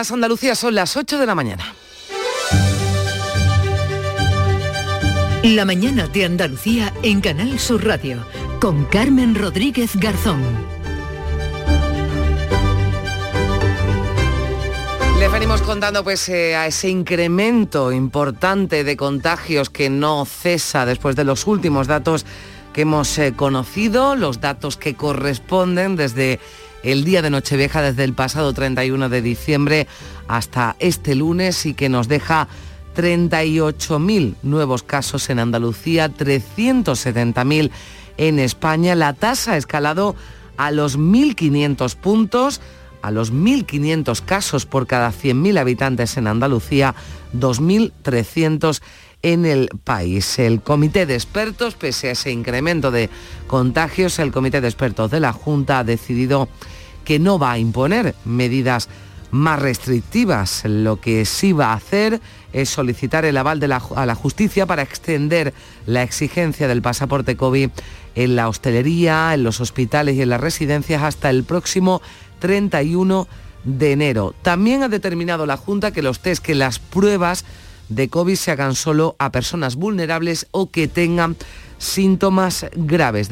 Andalucía, son las 8 de la mañana. La mañana de Andalucía en Canal Sur Radio, con Carmen Rodríguez Garzón. Les venimos contando a ese incremento importante de contagios que no cesa después de los últimos datos que hemos conocido, los datos que corresponden desde el día de Nochevieja, desde el pasado 31 de diciembre hasta este lunes, y que nos deja 38.000 nuevos casos en Andalucía, 370.000 en España. La tasa ha escalado a los 1.500 puntos, a los 1.500 casos por cada 100.000 habitantes en Andalucía, 2.300 en el país. El comité de expertos, pese a ese incremento de contagios, el comité de expertos de la Junta ha decidido que no va a imponer medidas más restrictivas. Lo que sí va a hacer es solicitar el aval a la justicia para extender la exigencia del pasaporte COVID en la hostelería, en los hospitales y en las residencias hasta el próximo 31 de enero. También ha determinado la Junta que las pruebas de COVID se hagan solo a personas vulnerables o que tengan síntomas graves.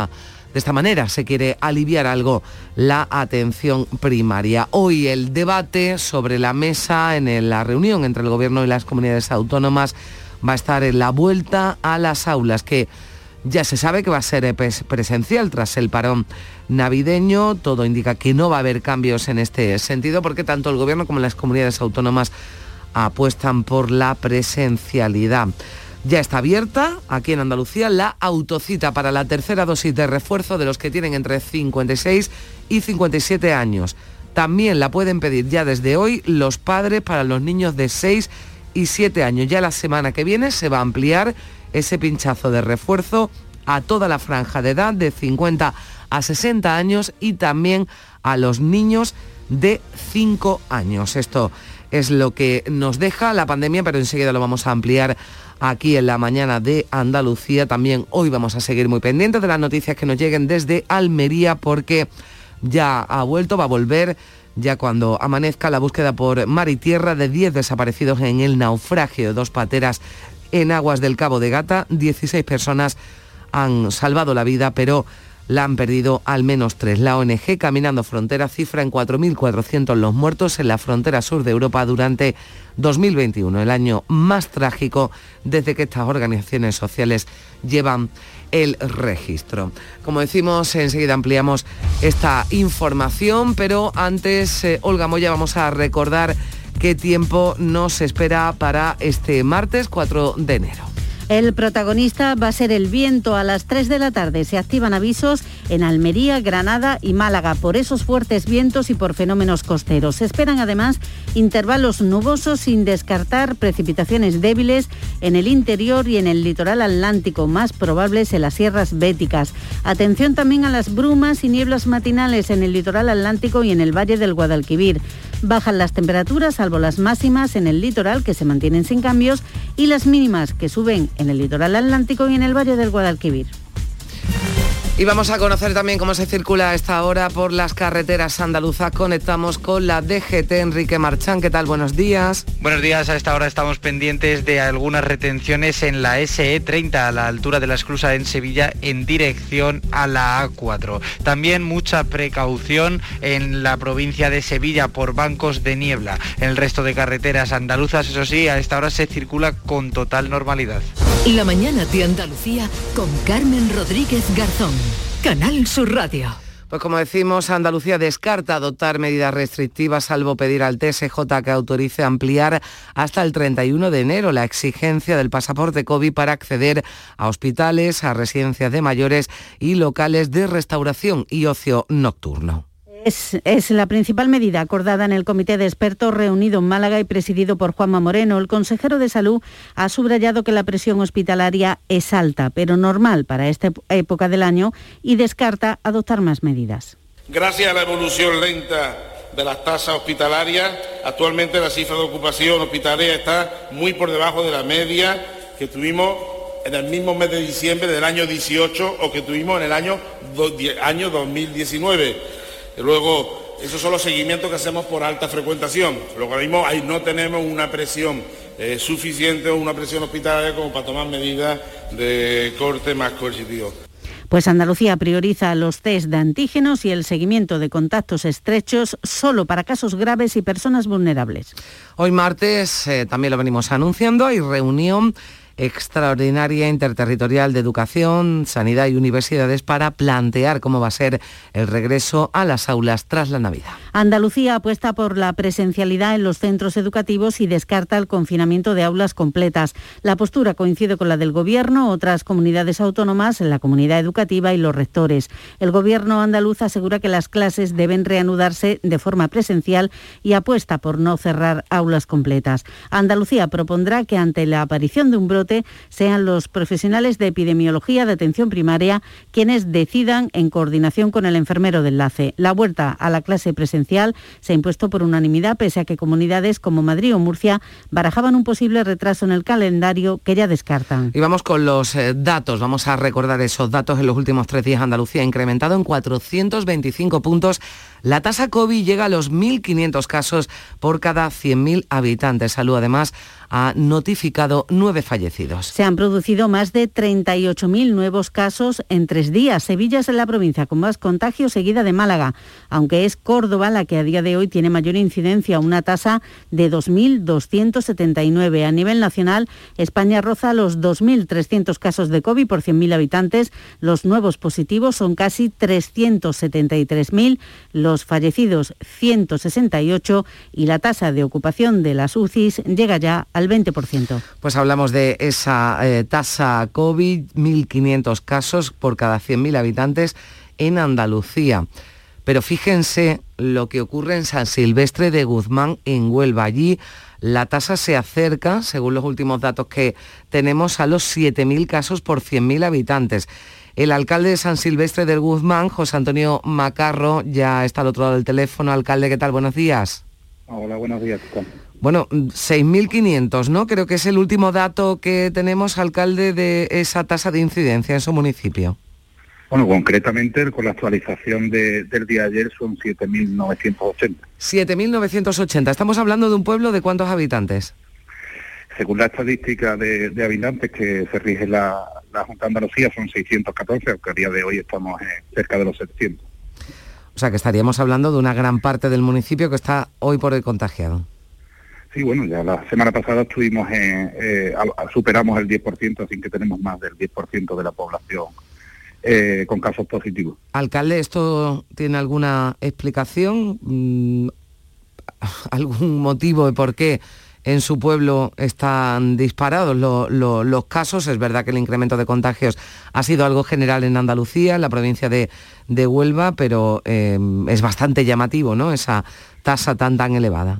De esta manera se quiere aliviar algo la atención primaria. Hoy el debate sobre la mesa en la reunión entre el Gobierno y las comunidades autónomas va a estar en la vuelta a las aulas, que ya se sabe que va a ser presencial tras el parón navideño. Todo indica que no va a haber cambios en este sentido, porque tanto el Gobierno como las comunidades autónomas apuestan por la presencialidad. Ya está abierta aquí en Andalucía la autocita para la tercera dosis de refuerzo de los que tienen entre 56 y 57 años. También la pueden pedir ya desde hoy los padres para los niños de 6 y 7 años. Ya la semana que viene se va a ampliar ese pinchazo de refuerzo a toda la franja de edad de 50 a 60 años y también a los niños de 5 años. Esto es lo que nos deja la pandemia, pero enseguida lo vamos a ampliar aquí en la mañana de Andalucía. También hoy vamos a seguir muy pendientes de las noticias que nos lleguen desde Almería, porque ya va a volver, ya cuando amanezca, la búsqueda por mar y tierra de 10 desaparecidos en el naufragio de 2 pateras en aguas del Cabo de Gata. 16 personas han salvado la vida, pero la han perdido al menos 3. La ONG Caminando Frontera cifra en 4.400 los muertos en la frontera sur de Europa durante 2021, el año más trágico desde que estas organizaciones sociales llevan el registro. Como decimos, enseguida ampliamos esta información, pero antes, Olga Moya, vamos a recordar qué tiempo nos espera para este martes 4 de enero. El protagonista va a ser el viento. A las 3 de la tarde se activan avisos en Almería, Granada y Málaga por esos fuertes vientos y por fenómenos costeros. Se esperan además intervalos nubosos, sin descartar precipitaciones débiles en el interior y en el litoral atlántico, más probables en las sierras béticas. Atención también a las brumas y nieblas matinales en el litoral atlántico y en el valle del Guadalquivir. Bajan las temperaturas, salvo las máximas en el litoral, que se mantienen sin cambios, y las mínimas, que suben en el litoral atlántico y en el valle del Guadalquivir. Y vamos a conocer también cómo se circula a esta hora por las carreteras andaluzas. Conectamos con la DGT. Enrique Marchán, ¿qué tal? Buenos días. Buenos días. A esta hora estamos pendientes de algunas retenciones en la SE30 a la altura de la esclusa en Sevilla en dirección a la A4. También mucha precaución en la provincia de Sevilla por bancos de niebla. En el resto de carreteras andaluzas, eso sí, a esta hora se circula con total normalidad. La mañana de Andalucía con Carmen Rodríguez Garzón. Canal Sur Radio. Pues como decimos, Andalucía descarta adoptar medidas restrictivas, salvo pedir al TSJ que autorice ampliar hasta el 31 de enero la exigencia del pasaporte COVID para acceder a hospitales, a residencias de mayores y locales de restauración y ocio nocturno. Es la principal medida acordada en el comité de expertos reunido en Málaga y presidido por Juanma Moreno. El consejero de Salud ha subrayado que la presión hospitalaria es alta, pero normal para esta época del año, y descarta adoptar más medidas. Gracias a la evolución lenta de las tasas hospitalarias, actualmente la cifra de ocupación hospitalaria está muy por debajo de la media que tuvimos en el mismo mes de diciembre del año 18 o que tuvimos en el año 2019. Luego, esos son los seguimientos que hacemos por alta frecuentación. Luego ahora mismo ahí no tenemos una presión suficiente o una presión hospitalaria como para tomar medidas de corte más coercitivo. Pues Andalucía prioriza los test de antígenos y el seguimiento de contactos estrechos solo para casos graves y personas vulnerables. Hoy martes, también lo venimos anunciando, hay reunión extraordinaria interterritorial de educación, sanidad y universidades para plantear cómo va a ser el regreso a las aulas tras la Navidad. Andalucía apuesta por la presencialidad en los centros educativos y descarta el confinamiento de aulas completas. La postura coincide con la del Gobierno, otras comunidades autónomas, la comunidad educativa y los rectores. El Gobierno andaluz asegura que las clases deben reanudarse de forma presencial y apuesta por no cerrar aulas completas. Andalucía propondrá que ante la aparición de un brote sean los profesionales de epidemiología de atención primaria quienes decidan en coordinación con el enfermero de enlace. La vuelta a la clase presencial se ha impuesto por unanimidad, pese a que comunidades como Madrid o Murcia barajaban un posible retraso en el calendario que ya descartan. Y vamos con los datos, vamos a recordar esos datos. En los últimos 3 días Andalucía ha incrementado en 425 puntos. La tasa COVID llega a los 1.500 casos por cada 100.000 habitantes. Salud, además, ha notificado 9 fallecidos. Se han producido más de 38.000 nuevos casos en 3 días. Sevilla es la provincia con más contagios, seguida de Málaga, aunque es Córdoba la que a día de hoy tiene mayor incidencia, una tasa de 2.279. A nivel nacional, España roza los 2.300 casos de COVID por 100.000 habitantes. Los nuevos positivos son casi 373.000, los fallecidos 168 y la tasa de ocupación de las UCIs llega ya al 20%. Pues hablamos de esa tasa COVID, 1.500 casos por cada 100.000 habitantes en Andalucía. Pero fíjense lo que ocurre en San Silvestre de Guzmán, en Huelva. Allí la tasa se acerca, según los últimos datos que tenemos, a los 7.000 casos por 100.000 habitantes. El alcalde de San Silvestre del Guzmán, José Antonio Macarro, ya está al otro lado del teléfono. Alcalde, ¿qué tal? Buenos días. Hola, buenos días. Bueno, 6.500, ¿no? Creo que es el último dato que tenemos, alcalde, de esa tasa de incidencia en su municipio. Bueno, concretamente, con la actualización del día de ayer son 7.980. 7.980. Estamos hablando de un pueblo de ¿cuántos habitantes? Según la estadística de habitantes que se rige la Junta de Andalucía, son 614, aunque a día de hoy estamos cerca de los 700. O sea que estaríamos hablando de una gran parte del municipio que está hoy por hoy contagiado. Sí, bueno, ya la semana pasada estuvimos superamos el 10%, así que tenemos más del 10% de la población con casos positivos. Alcalde, ¿esto tiene alguna explicación? ¿Algún motivo de por qué en su pueblo están disparados los casos? Es verdad que el incremento de contagios ha sido algo general en Andalucía, en la provincia de Huelva, pero es bastante llamativo, ¿no?, esa tasa tan elevada.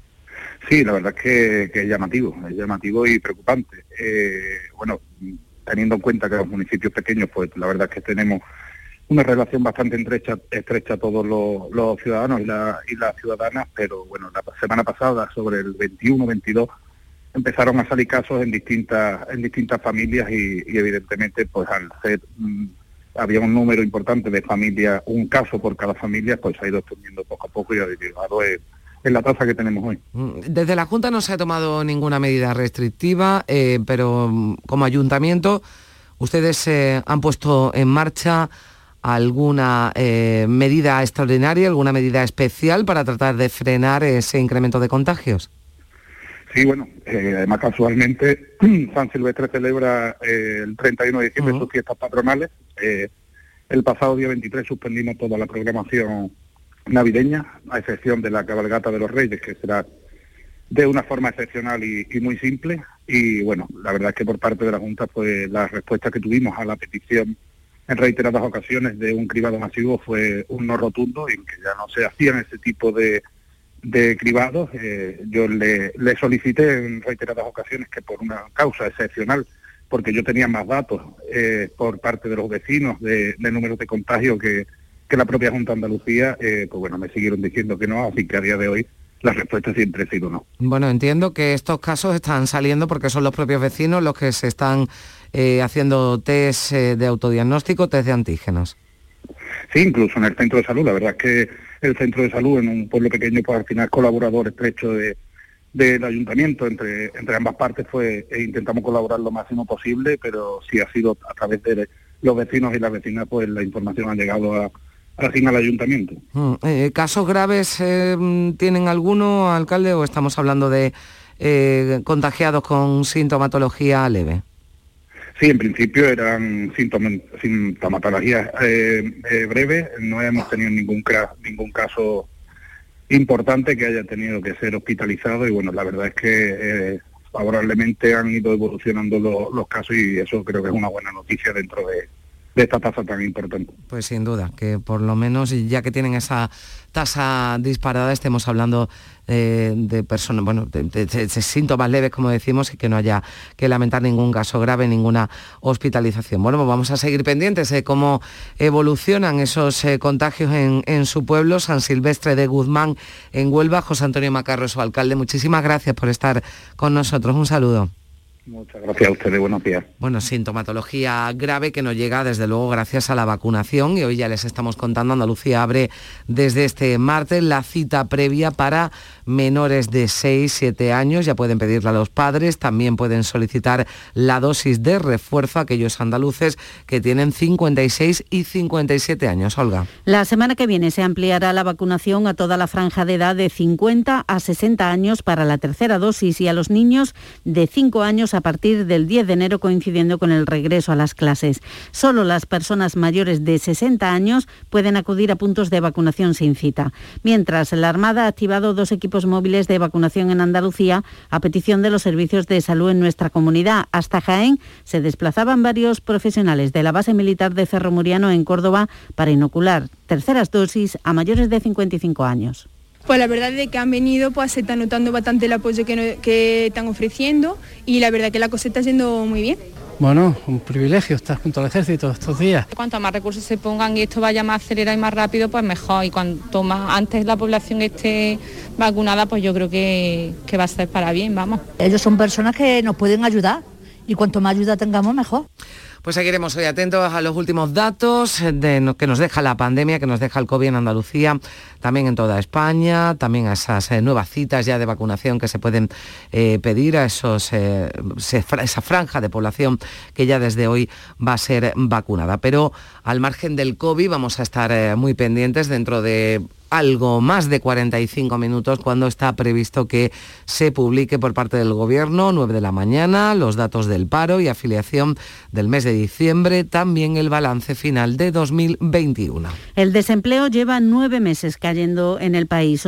Sí, la verdad es que es llamativo y preocupante. Bueno, teniendo en cuenta que los municipios pequeños, pues la verdad es que tenemos una relación bastante estrecha todos los ciudadanos y las ciudadanas, pero bueno, la semana pasada, sobre el 21-22, empezaron a salir casos en distintas familias y evidentemente, pues al ser había un número importante de familias, un caso por cada familia, pues ha ido extendiendo poco a poco y ha llegado en la tasa que tenemos hoy. Desde la Junta no se ha tomado ninguna medida restrictiva, pero como ayuntamiento, ¿ustedes han puesto en marcha alguna medida extraordinaria, alguna medida especial para tratar de frenar ese incremento de contagios? Sí, bueno, además casualmente San Silvestre celebra el 31 de diciembre sus fiestas patronales. El pasado día 23 suspendimos toda la programación navideña, a excepción de la cabalgata de los Reyes, que será de una forma excepcional y muy simple. Y bueno, la verdad es que por parte de la Junta, pues la respuesta que tuvimos a la petición en reiteradas ocasiones de un cribado masivo fue un no rotundo, en que ya no se hacían ese tipo de cribados. Yo le solicité en reiteradas ocasiones que por una causa excepcional, porque yo tenía más datos por parte de los vecinos de números de contagio que la propia Junta de Andalucía, pues bueno, me siguieron diciendo que no, así que a día de hoy la respuesta siempre ha sido no. Bueno, entiendo que estos casos están saliendo porque son los propios vecinos los que se están haciendo test de autodiagnóstico, test de antígenos. Sí, incluso en el centro de salud, la verdad es que el centro de salud en un pueblo pequeño, pues al final colaborador estrecho del ayuntamiento, entre ambas partes, pues intentamos colaborar lo máximo posible, pero sí ha sido a través de los vecinos y las vecinas, pues la información ha llegado al fin al ayuntamiento. ¿Casos graves tienen alguno, alcalde, o estamos hablando de contagiados con sintomatología leve? Sí, en principio eran sintomatologías breves, no hemos tenido ningún caso importante que haya tenido que ser hospitalizado, y bueno, la verdad es que favorablemente han ido evolucionando los casos, y eso creo que es una buena noticia dentro de esta tasa tan importante. Pues sin duda, que por lo menos ya que tienen esa tasa disparada, estemos hablando de personas, bueno, de síntomas leves, como decimos, y que no haya que lamentar ningún caso grave, ninguna hospitalización. Bueno, pues vamos a seguir pendientes de cómo evolucionan esos contagios en su pueblo, San Silvestre de Guzmán, en Huelva. José Antonio Macarro, su alcalde, muchísimas gracias por estar con nosotros. Un saludo. Muchas gracias a ustedes, buenos días. Bueno, sintomatología grave que nos llega desde luego gracias a la vacunación, y hoy ya les estamos contando, Andalucía abre desde este martes la cita previa para menores de 6-7 años, ya pueden pedirla a los padres, también pueden solicitar la dosis de refuerzo a aquellos andaluces que tienen 56 y 57 años. Olga. La semana que viene se ampliará la vacunación a toda la franja de edad de 50 a 60 años para la tercera dosis, y a los niños de 5 años a partir del 10 de enero, coincidiendo con el regreso a las clases. Solo las personas mayores de 60 años pueden acudir a puntos de vacunación sin cita. Mientras, la Armada ha activado 2 equipos móviles de vacunación en Andalucía a petición de los servicios de salud en nuestra comunidad. Hasta Jaén se desplazaban varios profesionales de la base militar de Ferromuriano en Córdoba para inocular terceras dosis a mayores de 55 años. Pues la verdad es que han venido, pues se está notando bastante el apoyo que están ofreciendo, y la verdad que la cosa está yendo muy bien. Bueno, un privilegio estar junto al ejército estos días. Cuanto más recursos se pongan y esto vaya más acelerado y más rápido, pues mejor. Y cuanto más antes la población esté vacunada, pues yo creo que va a ser para bien, vamos. Ellos son personas que nos pueden ayudar, y cuanto más ayuda tengamos, mejor. Pues seguiremos hoy atentos a los últimos datos que nos deja la pandemia, que nos deja el COVID en Andalucía, también en toda España, también a esas nuevas citas ya de vacunación que se pueden pedir a esa franja de población que ya desde hoy va a ser vacunada. Pero al margen del COVID vamos a estar muy pendientes dentro de algo más de 45 minutos, cuando está previsto que se publique por parte del Gobierno, 9 de la mañana, los datos del paro y afiliación del mes de diciembre, también el balance final de 2021. El desempleo lleva 9 meses cayendo en el país.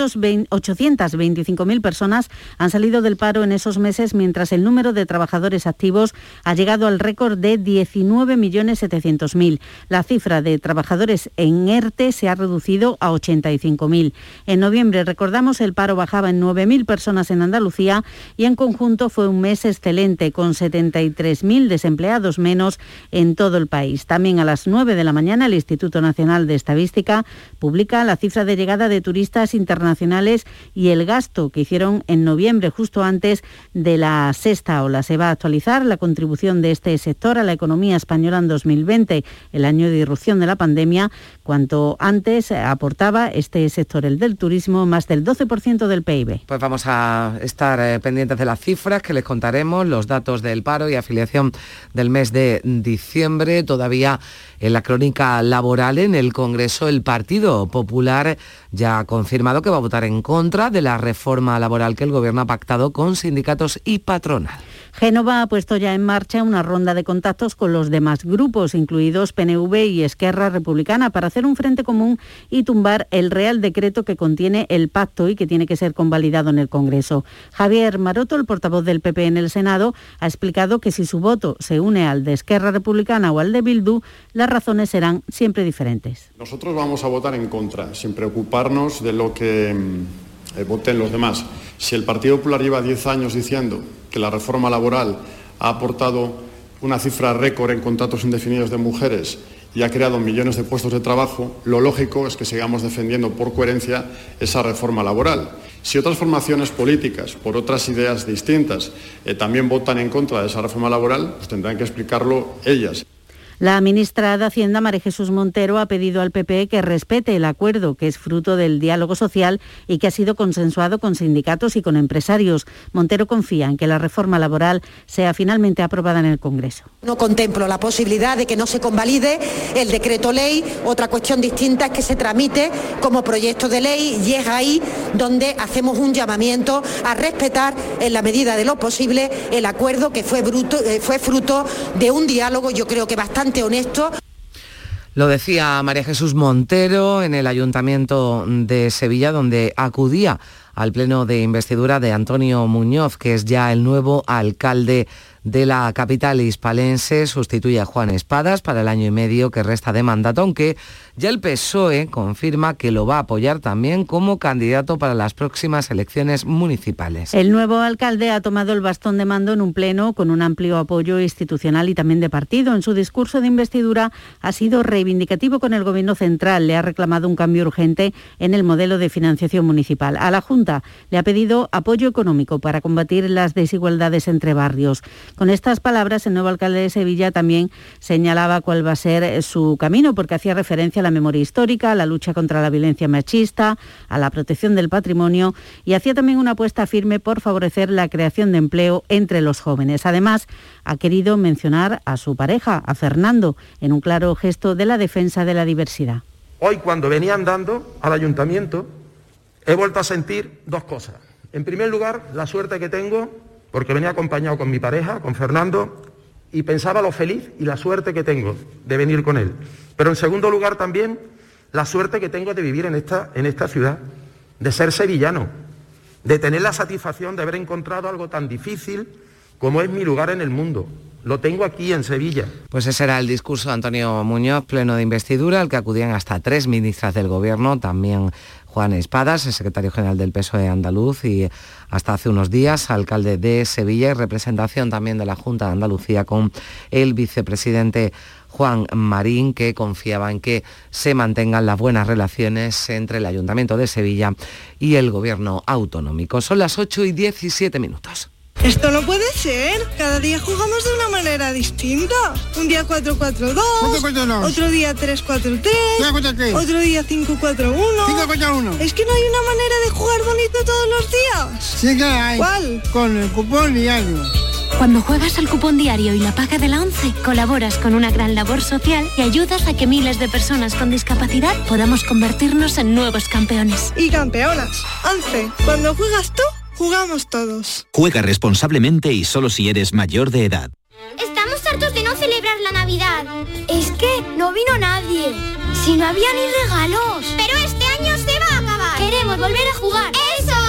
825.000 personas han salido del paro en esos meses, mientras el número de trabajadores activos ha llegado al récord de 19.700.000. La cifra de trabajadores en ERTE se ha reducido a 85.000. En noviembre, recordamos, el paro bajaba en 9.000 personas en Andalucía, y en conjunto fue un mes excelente, con 73.000 desempleados menos en todo el país. También a las 9 de la mañana el Instituto Nacional de Estadística publica la cifra de llegada de turistas internacionales y el gasto que hicieron en noviembre, justo antes de la sexta ola. Se va a actualizar la contribución de este sector a la economía española en 2020, el año de irrupción de la pandemia, cuanto antes aportaba este sector, el del turismo, más del 12% del PIB. Pues vamos a estar pendientes de las cifras que les contaremos, los datos del paro y afiliación del mes de diciembre. Todavía en la crónica laboral, en el Congreso, el Partido Popular ya ha confirmado que va a votar en contra de la reforma laboral que el Gobierno ha pactado con sindicatos y patronal. Génova ha puesto ya en marcha una ronda de contactos con los demás grupos, incluidos PNV y Esquerra Republicana, para hacer un frente común y tumbar el Real Decreto que contiene el pacto y que tiene que ser convalidado en el Congreso. Javier Maroto, el portavoz del PP en el Senado, ha explicado que si su voto se une al de Esquerra Republicana o al de Bildu, las razones serán siempre diferentes. Nosotros vamos a votar en contra, sin preocuparnos de lo que voten los demás. Si el Partido Popular lleva 10 años diciendo que la reforma laboral ha aportado una cifra récord en contratos indefinidos de mujeres y ha creado millones de puestos de trabajo, lo lógico es que sigamos defendiendo por coherencia esa reforma laboral. Si otras formaciones políticas, por otras ideas distintas, también votan en contra de esa reforma laboral, pues tendrán que explicarlo ellas. La ministra de Hacienda, María Jesús Montero, ha pedido al PP que respete el acuerdo, que es fruto del diálogo social y que ha sido consensuado con sindicatos y con empresarios. Montero confía en que la reforma laboral sea finalmente aprobada en el Congreso. No contemplo la posibilidad de que no se convalide el decreto ley. Otra cuestión distinta es que se tramite como proyecto de ley, y es ahí donde hacemos un llamamiento a respetar en la medida de lo posible el acuerdo que fue fruto de un diálogo, yo creo que bastante honesto. Lo decía María Jesús Montero en el Ayuntamiento de Sevilla, donde acudía al pleno de investidura de Antonio Muñoz, que es ya el nuevo alcalde de la capital hispalense. Sustituye a Juan Espadas para el año y medio que resta de mandato, aunque ya el PSOE confirma que lo va a apoyar también como candidato para las próximas elecciones municipales. El nuevo alcalde ha tomado el bastón de mando en un pleno con un amplio apoyo institucional y también de partido. En su discurso de investidura ha sido reivindicativo con el Gobierno central. Le ha reclamado un cambio urgente en el modelo de financiación municipal. A la Junta le ha pedido apoyo económico para combatir las desigualdades entre barrios. Con estas palabras, el nuevo alcalde de Sevilla también señalaba cuál va a ser su camino, porque hacía referencia a la memoria histórica, a la lucha contra la violencia machista, a la protección del patrimonio, y hacía también una apuesta firme por favorecer la creación de empleo entre los jóvenes. Además, ha querido mencionar a su pareja, a Fernando, en un claro gesto de la defensa de la diversidad. Hoy, cuando venía andando al ayuntamiento, he vuelto a sentir dos cosas. En primer lugar, la suerte que tengo, porque venía acompañado con mi pareja, con Fernando, y pensaba lo feliz y la suerte que tengo de venir con él. Pero en segundo lugar también, la suerte que tengo de vivir en esta ciudad, de ser sevillano, de tener la satisfacción de haber encontrado algo tan difícil como es mi lugar en el mundo. Lo tengo aquí en Sevilla. Pues ese era el discurso de Antonio Muñoz, pleno de investidura, al que acudían hasta 3 ministras del Gobierno, también Juan Espadas, el secretario general del PSOE andaluz y hasta hace unos días alcalde de Sevilla, y representación también de la Junta de Andalucía con el vicepresidente Juan Marín, que confiaba en que se mantengan las buenas relaciones entre el Ayuntamiento de Sevilla y el Gobierno autonómico. Son las 8:17. Esto no puede ser. Cada día jugamos de una manera distinta. Un día 4-4-2, otro día 3-4-3, otro día 5-4-1. Es que no hay una manera de jugar bonito todos los días. Sí que hay. ¿Cuál? Con el cupón diario. Cuando juegas al cupón diario y la paga de la ONCE, colaboras con una gran labor social y ayudas a que miles de personas con discapacidad podamos convertirnos en nuevos campeones. Y campeonas. ONCE, cuando juegas tú, jugamos todos. Juega responsablemente y solo si eres mayor de edad. Estamos hartos de no celebrar la Navidad. Es que no vino nadie. Si no había ni regalos. Pero este año se va a acabar. Queremos volver a jugar. ¡Esos!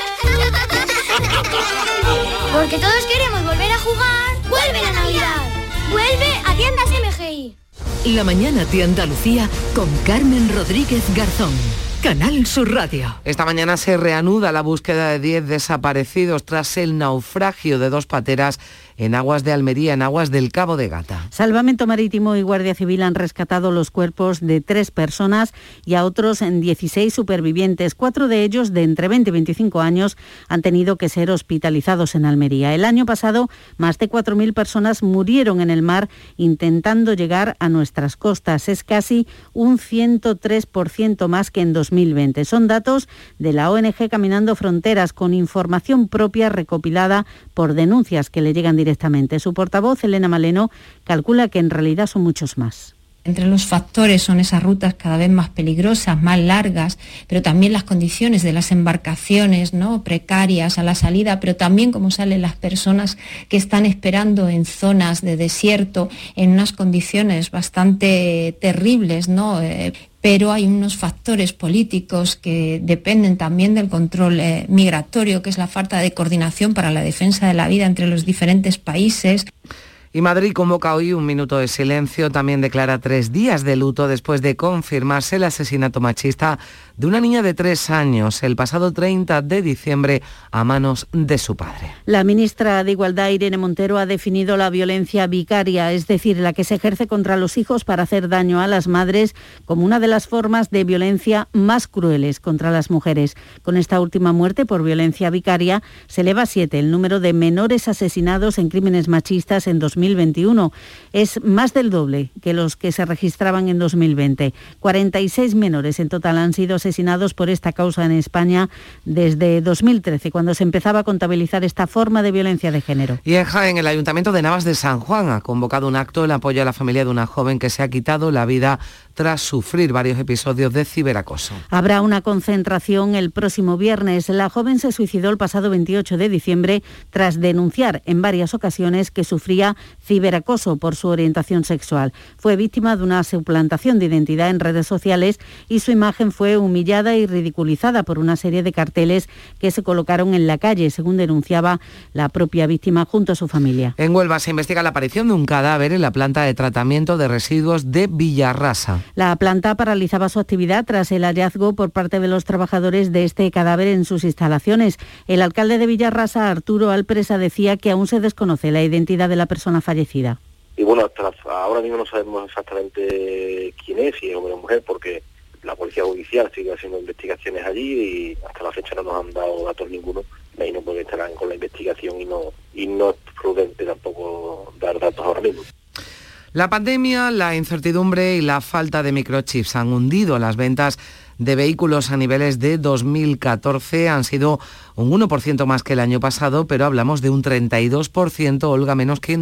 Porque todos queremos volver a jugar. ¡Vuelve la Navidad! ¡Vuelve a Tiendas MGI! La mañana de Andalucía con Carmen Rodríguez Garzón. Canal Sur Radio. Esta mañana se reanuda la búsqueda de 10 desaparecidos tras el naufragio de 2 pateras en aguas de Almería, en aguas del Cabo de Gata. Salvamento Marítimo y Guardia Civil han rescatado los cuerpos de 3 personas y a otros 16 supervivientes. 4 de ellos, de entre 20 y 25 años, han tenido que ser hospitalizados en Almería. El año pasado, más de 4.000 personas murieron en el mar intentando llegar a nuestras costas. Es casi un 103% más que en 2020. Son datos de la ONG Caminando Fronteras, con información propia recopilada por denuncias que le llegan directamente. Su portavoz, Elena Maleno, calcula que en realidad son muchos más. Entre los factores son esas rutas cada vez más peligrosas, más largas, pero también las condiciones de las embarcaciones, ¿no?, precarias a la salida, pero también cómo salen las personas que están esperando en zonas de desierto, en unas condiciones bastante terribles, ¿no? Pero hay unos factores políticos que dependen también del control migratorio, que es la falta de coordinación para la defensa de la vida entre los diferentes países. Y Madrid convoca hoy un minuto de silencio, también declara 3 días de luto después de confirmarse el asesinato machista de una niña de 3 años el pasado 30 de diciembre a manos de su padre. La ministra de Igualdad, Irene Montero, ha definido la violencia vicaria, es decir, la que se ejerce contra los hijos para hacer daño a las madres, como una de las formas de violencia más crueles contra las mujeres. Con esta última muerte por violencia vicaria se eleva a 7 el número de menores asesinados en crímenes machistas en 2020. 2021. Es más del doble que los que se registraban en 2020. 46 menores en total han sido asesinados por esta causa en España desde 2013, cuando se empezaba a contabilizar esta forma de violencia de género. Y en Jaén, el Ayuntamiento de Navas de San Juan ha convocado un acto en apoyo a la familia de una joven que se ha quitado la vida tras sufrir varios episodios de ciberacoso. Habrá una concentración el próximo viernes. La joven se suicidó el pasado 28 de diciembre tras denunciar en varias ocasiones que sufría ciberacoso por su orientación sexual. Fue víctima de una suplantación de identidad en redes sociales y su imagen fue humillada y ridiculizada por una serie de carteles que se colocaron en la calle, según denunciaba la propia víctima junto a su familia. En Huelva se investiga la aparición de un cadáver en la planta de tratamiento de residuos de Villarrasa. La planta paralizaba su actividad tras el hallazgo por parte de los trabajadores de este cadáver en sus instalaciones. El alcalde de Villarrasa, Arturo Alpresa, decía que aún se desconoce la identidad de la persona fallecida. Y bueno, hasta ahora mismo no sabemos exactamente quién es, si es hombre o mujer, porque la policía judicial sigue haciendo investigaciones allí y hasta la fecha no nos han dado datos ninguno. Imagino porque estarán con la investigación y no es prudente tampoco dar datos ahora mismo. La pandemia, la incertidumbre y la falta de microchips han hundido las ventas de vehículos a niveles de 2014. Han sido un 1% más que el año pasado, pero hablamos de un 32%, Olga, menos que en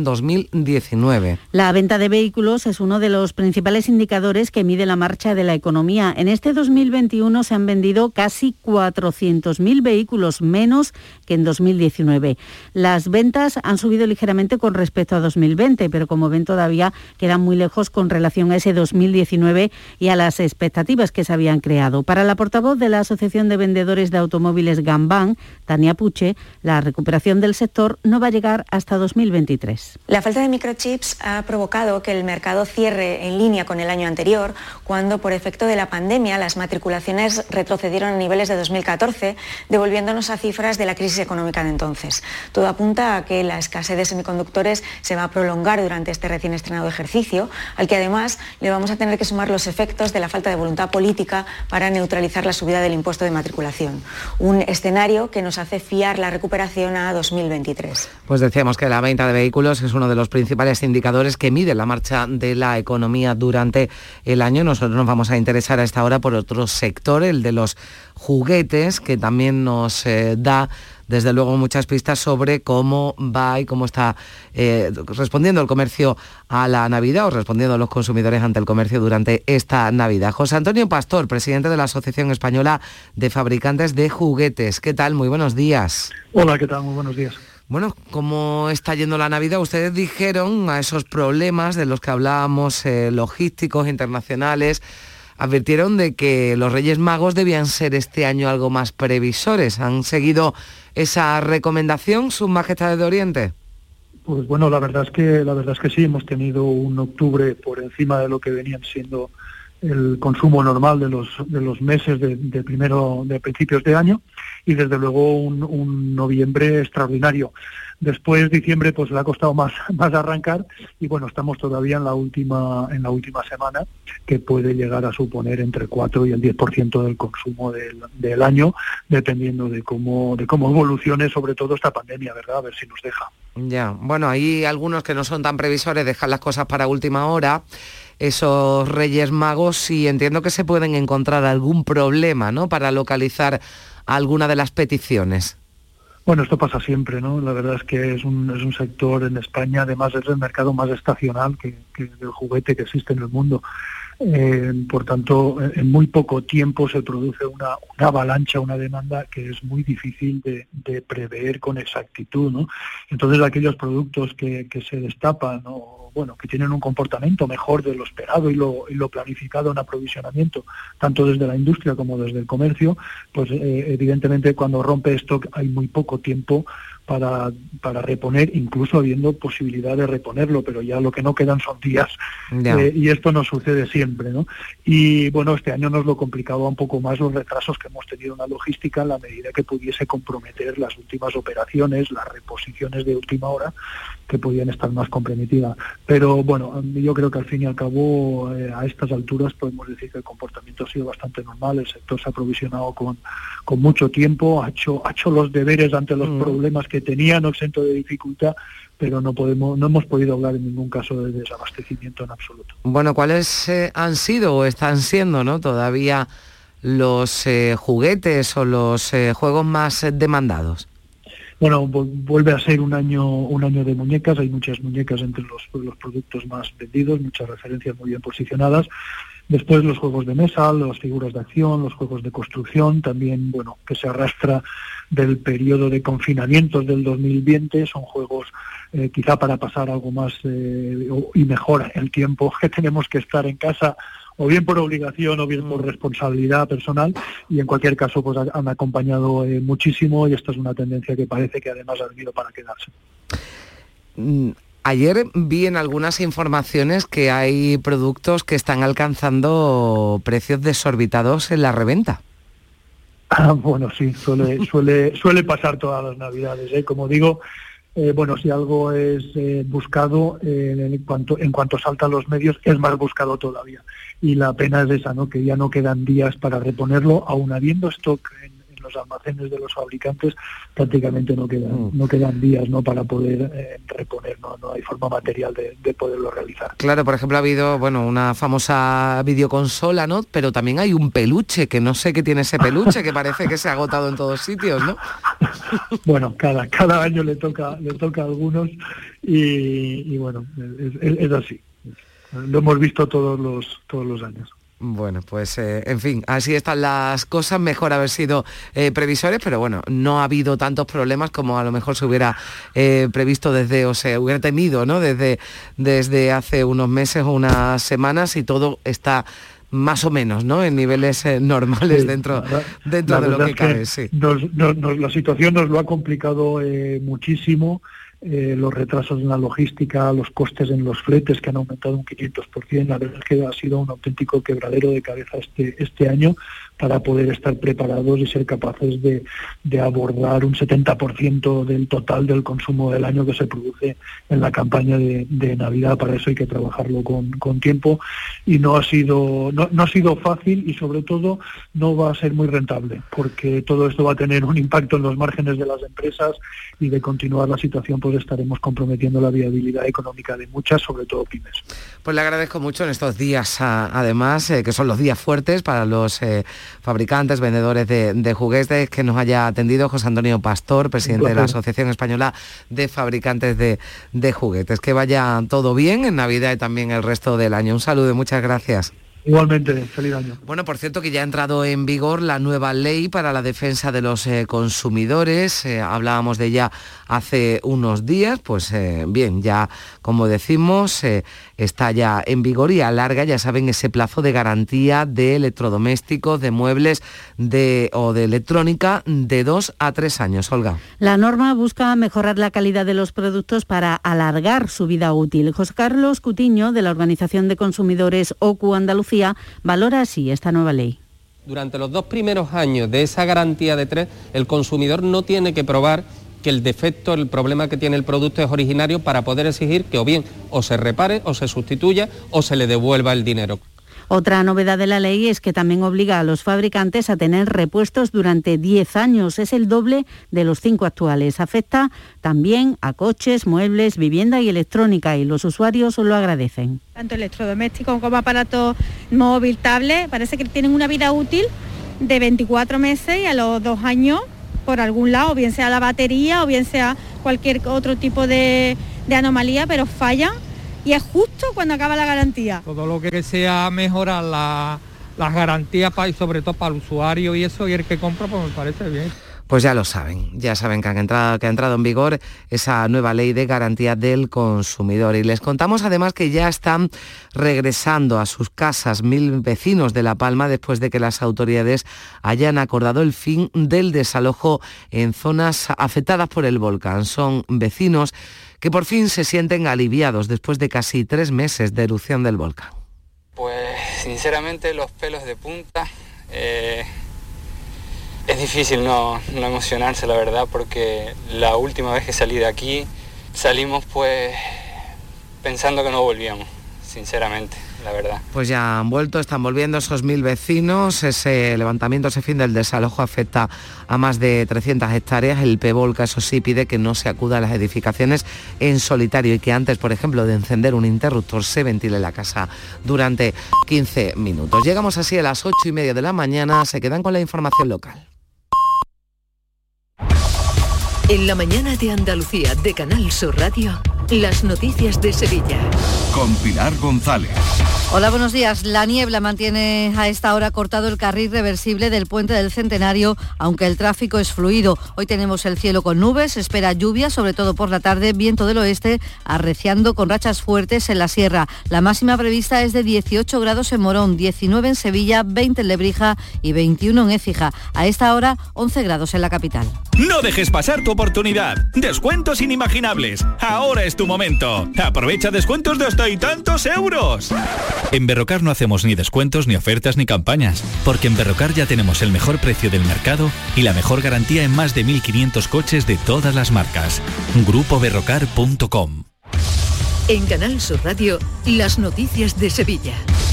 2019. La venta de vehículos es uno de los principales indicadores que mide la marcha de la economía. En este 2021 se han vendido casi 400.000 vehículos menos que en 2019. Las ventas han subido ligeramente con respecto a 2020, pero como ven todavía quedan muy lejos con relación a ese 2019 y a las expectativas que se habían creado. Para la portavoz de la Asociación de Vendedores de Automóviles Gambán, Tania Puche, la recuperación del sector no va a llegar hasta 2023. La falta de microchips ha provocado que el mercado cierre en línea con el año anterior, cuando por efecto de la pandemia las matriculaciones retrocedieron a niveles de 2014, devolviéndonos a cifras de la crisis económica de entonces. Todo apunta a que la escasez de semiconductores se va a prolongar durante este recién estrenado ejercicio, al que además le vamos a tener que sumar los efectos de la falta de voluntad política para neutralizar la subida del impuesto de matriculación. Un escenario que nos hace fiar la recuperación a 2023. Pues decíamos que la venta de vehículos es uno de los principales indicadores que mide la marcha de la economía durante el año. Nosotros nos vamos a interesar a esta hora por otro sector, el de los juguetes, que también nos da desde luego muchas pistas sobre cómo va y cómo está respondiendo el comercio a la Navidad o respondiendo los consumidores ante el comercio durante esta Navidad. José Antonio Pastor, presidente de la Asociación Española de Fabricantes de Juguetes. ¿Qué tal? Muy buenos días. Hola, ¿qué tal? Muy buenos días. Bueno, ¿cómo está yendo la Navidad? Ustedes dijeron a esos problemas de los que hablábamos, logísticos, internacionales, advirtieron de que los Reyes Magos debían ser este año algo más previsores. ¿Han seguido esa recomendación, Sus Majestades de Oriente? Pues bueno, la verdad es que sí, hemos tenido un octubre por encima de lo que venían siendo el consumo normal de los meses de principios de año, y desde luego un noviembre extraordinario. Después diciembre pues le ha costado más arrancar, y bueno, estamos todavía en la última semana, que puede llegar a suponer entre 4 y el 10% del consumo del año, dependiendo de cómo evolucione sobre todo esta pandemia, ¿verdad? A ver si nos deja. Ya, bueno, hay algunos que no son tan previsores, dejan las cosas para última hora, esos Reyes Magos, y entiendo que se pueden encontrar algún problema, ¿no?, para localizar alguna de las peticiones. Bueno, esto pasa siempre, ¿no? La verdad es que es un sector en España, además es el mercado más estacional que del juguete que existe en el mundo. Por tanto, en muy poco tiempo se produce una avalancha, una demanda que es muy difícil de prever con exactitud, ¿no? Entonces, aquellos productos que se destapan, ¿no?, bueno, que tienen un comportamiento mejor de lo esperado y lo planificado en aprovisionamiento, tanto desde la industria como desde el comercio, pues evidentemente cuando rompe stock hay muy poco tiempo para reponer, incluso habiendo posibilidad de reponerlo, pero ya lo que no quedan son días, y esto nos sucede siempre, ¿no? Y bueno, este año nos lo complicaba un poco más los retrasos que hemos tenido en la logística, en la medida que pudiese comprometer las últimas operaciones, las reposiciones de última hora, que podían estar más comprometidas. Pero bueno, yo creo que al fin y al cabo, a estas alturas podemos decir que el comportamiento ha sido bastante normal. El sector se ha aprovisionado con mucho tiempo, ha hecho los deberes ante los problemas que que tenía, no exento de dificultad, pero no hemos podido hablar en ningún caso de desabastecimiento en absoluto. Bueno, ¿cuáles han sido o están siendo, ¿no?, todavía los juguetes o los juegos más demandados? Bueno, vuelve a ser un año de muñecas. Hay muchas muñecas entre los productos más vendidos, muchas referencias muy bien posicionadas. Después los juegos de mesa, las figuras de acción, los juegos de construcción, también, bueno, que se arrastra del periodo de confinamientos del 2020, son juegos quizá para pasar algo más y mejor el tiempo que tenemos que estar en casa, o bien por obligación o bien por responsabilidad personal, y en cualquier caso pues han acompañado muchísimo, y esta es una tendencia que parece que además ha venido para quedarse. Ayer vi en algunas informaciones que hay productos que están alcanzando precios desorbitados en la reventa. Bueno, sí, suele pasar todas las Navidades, ¿eh? Como digo, bueno, si algo es buscado, en cuanto salta a los medios, es más buscado todavía. Y la pena es esa, ¿no?, que ya no quedan días para reponerlo, aún habiendo stock en los almacenes de los fabricantes, prácticamente no quedan días, ¿no?, para poder reponer, no hay forma material de poderlo realizar. Claro, por ejemplo, ha habido, bueno, una famosa videoconsola, ¿no?, pero también hay un peluche, que no sé qué tiene ese peluche, que parece que se ha agotado en todos sitios, ¿no? Bueno, cada año le toca a algunos, y bueno, es así. Lo hemos visto todos los años. Bueno, pues en fin, así están las cosas. Mejor haber sido previsores, pero bueno, no ha habido tantos problemas como a lo mejor se hubiera previsto o se hubiera temido, ¿no?, desde hace unos meses o unas semanas, y todo está más o menos, ¿no?, en niveles normales, sí, dentro de lo que cabe. Sí. La situación nos lo ha complicado muchísimo. Los retrasos en la logística, los costes en los fletes que han aumentado un 500%, la verdad es que ha sido un auténtico quebradero de cabeza este año para poder estar preparados y ser capaces de abordar un 70% del total del consumo del año que se produce en la campaña de Navidad. Para eso hay que trabajarlo con tiempo, y no ha sido fácil, y sobre todo no va a ser muy rentable, porque todo esto va a tener un impacto en los márgenes de las empresas, y de continuar la situación pues estaremos comprometiendo la viabilidad económica de muchas, sobre todo pymes. Pues le agradezco mucho en estos días, además, que son los días fuertes para los fabricantes, vendedores de juguetes, que nos haya atendido José Antonio Pastor, presidente de la Asociación Española de Fabricantes de Juguetes. Que vaya todo bien en Navidad y también el resto del año. Un saludo y muchas gracias. Igualmente, feliz año. Bueno, por cierto, que ya ha entrado en vigor la nueva ley para la defensa de los consumidores. Hablábamos de ella hace unos días. Pues bien, ya como decimos, está ya en vigor y alarga, ya saben, ese plazo de garantía de electrodomésticos, de muebles o de electrónica de 2 a 3 años. Olga. La norma busca mejorar la calidad de los productos para alargar su vida útil. José Carlos Cutiño, de la Organización de Consumidores OCU Andalucía, valora así esta nueva ley. Durante los 2 primeros años de esa garantía de 3, el consumidor no tiene que probar que el defecto, el problema que tiene el producto es originario, para poder exigir que o bien o se repare o se sustituya o se le devuelva el dinero. Otra novedad de la ley es que también obliga a los fabricantes a tener repuestos durante 10 años. Es el doble de los 5 actuales. Afecta también a coches, muebles, vivienda y electrónica, y los usuarios lo agradecen. Tanto electrodomésticos como aparatos móvil, tablet, parece que tienen una vida útil de 24 meses, y a los 2 años, por algún lado, bien sea la batería o bien sea cualquier otro tipo de anomalía, pero fallan. Y es justo cuando acaba la garantía. Todo lo que sea mejorar las garantías y sobre todo para el usuario y eso, y el que compra, pues me parece bien. Pues ya saben que ha entrado en vigor esa nueva ley de garantía del consumidor. Y les contamos además que ya están regresando a sus casas 1.000 vecinos de La Palma después de que las autoridades hayan acordado el fin del desalojo en zonas afectadas por el volcán. Son vecinos que por fin se sienten aliviados después de casi 3 meses de erupción del volcán. Pues sinceramente los pelos de punta. Es difícil no emocionarse, la verdad, porque la última vez que salí de aquí salimos pues pensando que no volvíamos, sinceramente. la verdad. Pues ya han vuelto, están volviendo esos 1000 vecinos. Ese levantamiento, ese fin del desalojo afecta a más de 300 hectáreas. El PEVOLCA, eso sí, pide que no se acuda a las edificaciones en solitario y que antes, por ejemplo, de encender un interruptor, se ventile la casa durante 15 minutos. Llegamos así a las 8:30 de la mañana. Se quedan con la información local. En la mañana de Andalucía de Canal Sur Radio, las noticias de Sevilla. Con Pilar González. Hola, buenos días. La niebla mantiene a esta hora cortado el carril reversible del Puente del Centenario, aunque el tráfico es fluido. Hoy tenemos el cielo con nubes, se espera lluvia, sobre todo por la tarde, viento del oeste, arreciando con rachas fuertes en la sierra. La máxima prevista es de 18 grados en Morón, 19 en Sevilla, 20 en Lebrija y 21 en Écija. A esta hora, 11 grados en la capital. No dejes pasar tu oportunidad. Descuentos inimaginables. Ahora es tu momento. Aprovecha descuentos de hasta y tantos euros. En Berrocar no hacemos ni descuentos, ni ofertas, ni campañas, porque en Berrocar ya tenemos el mejor precio del mercado y la mejor garantía en más de 1.500 coches de todas las marcas. GrupoBerrocar.com. En Canal Sur Radio, las noticias de Sevilla.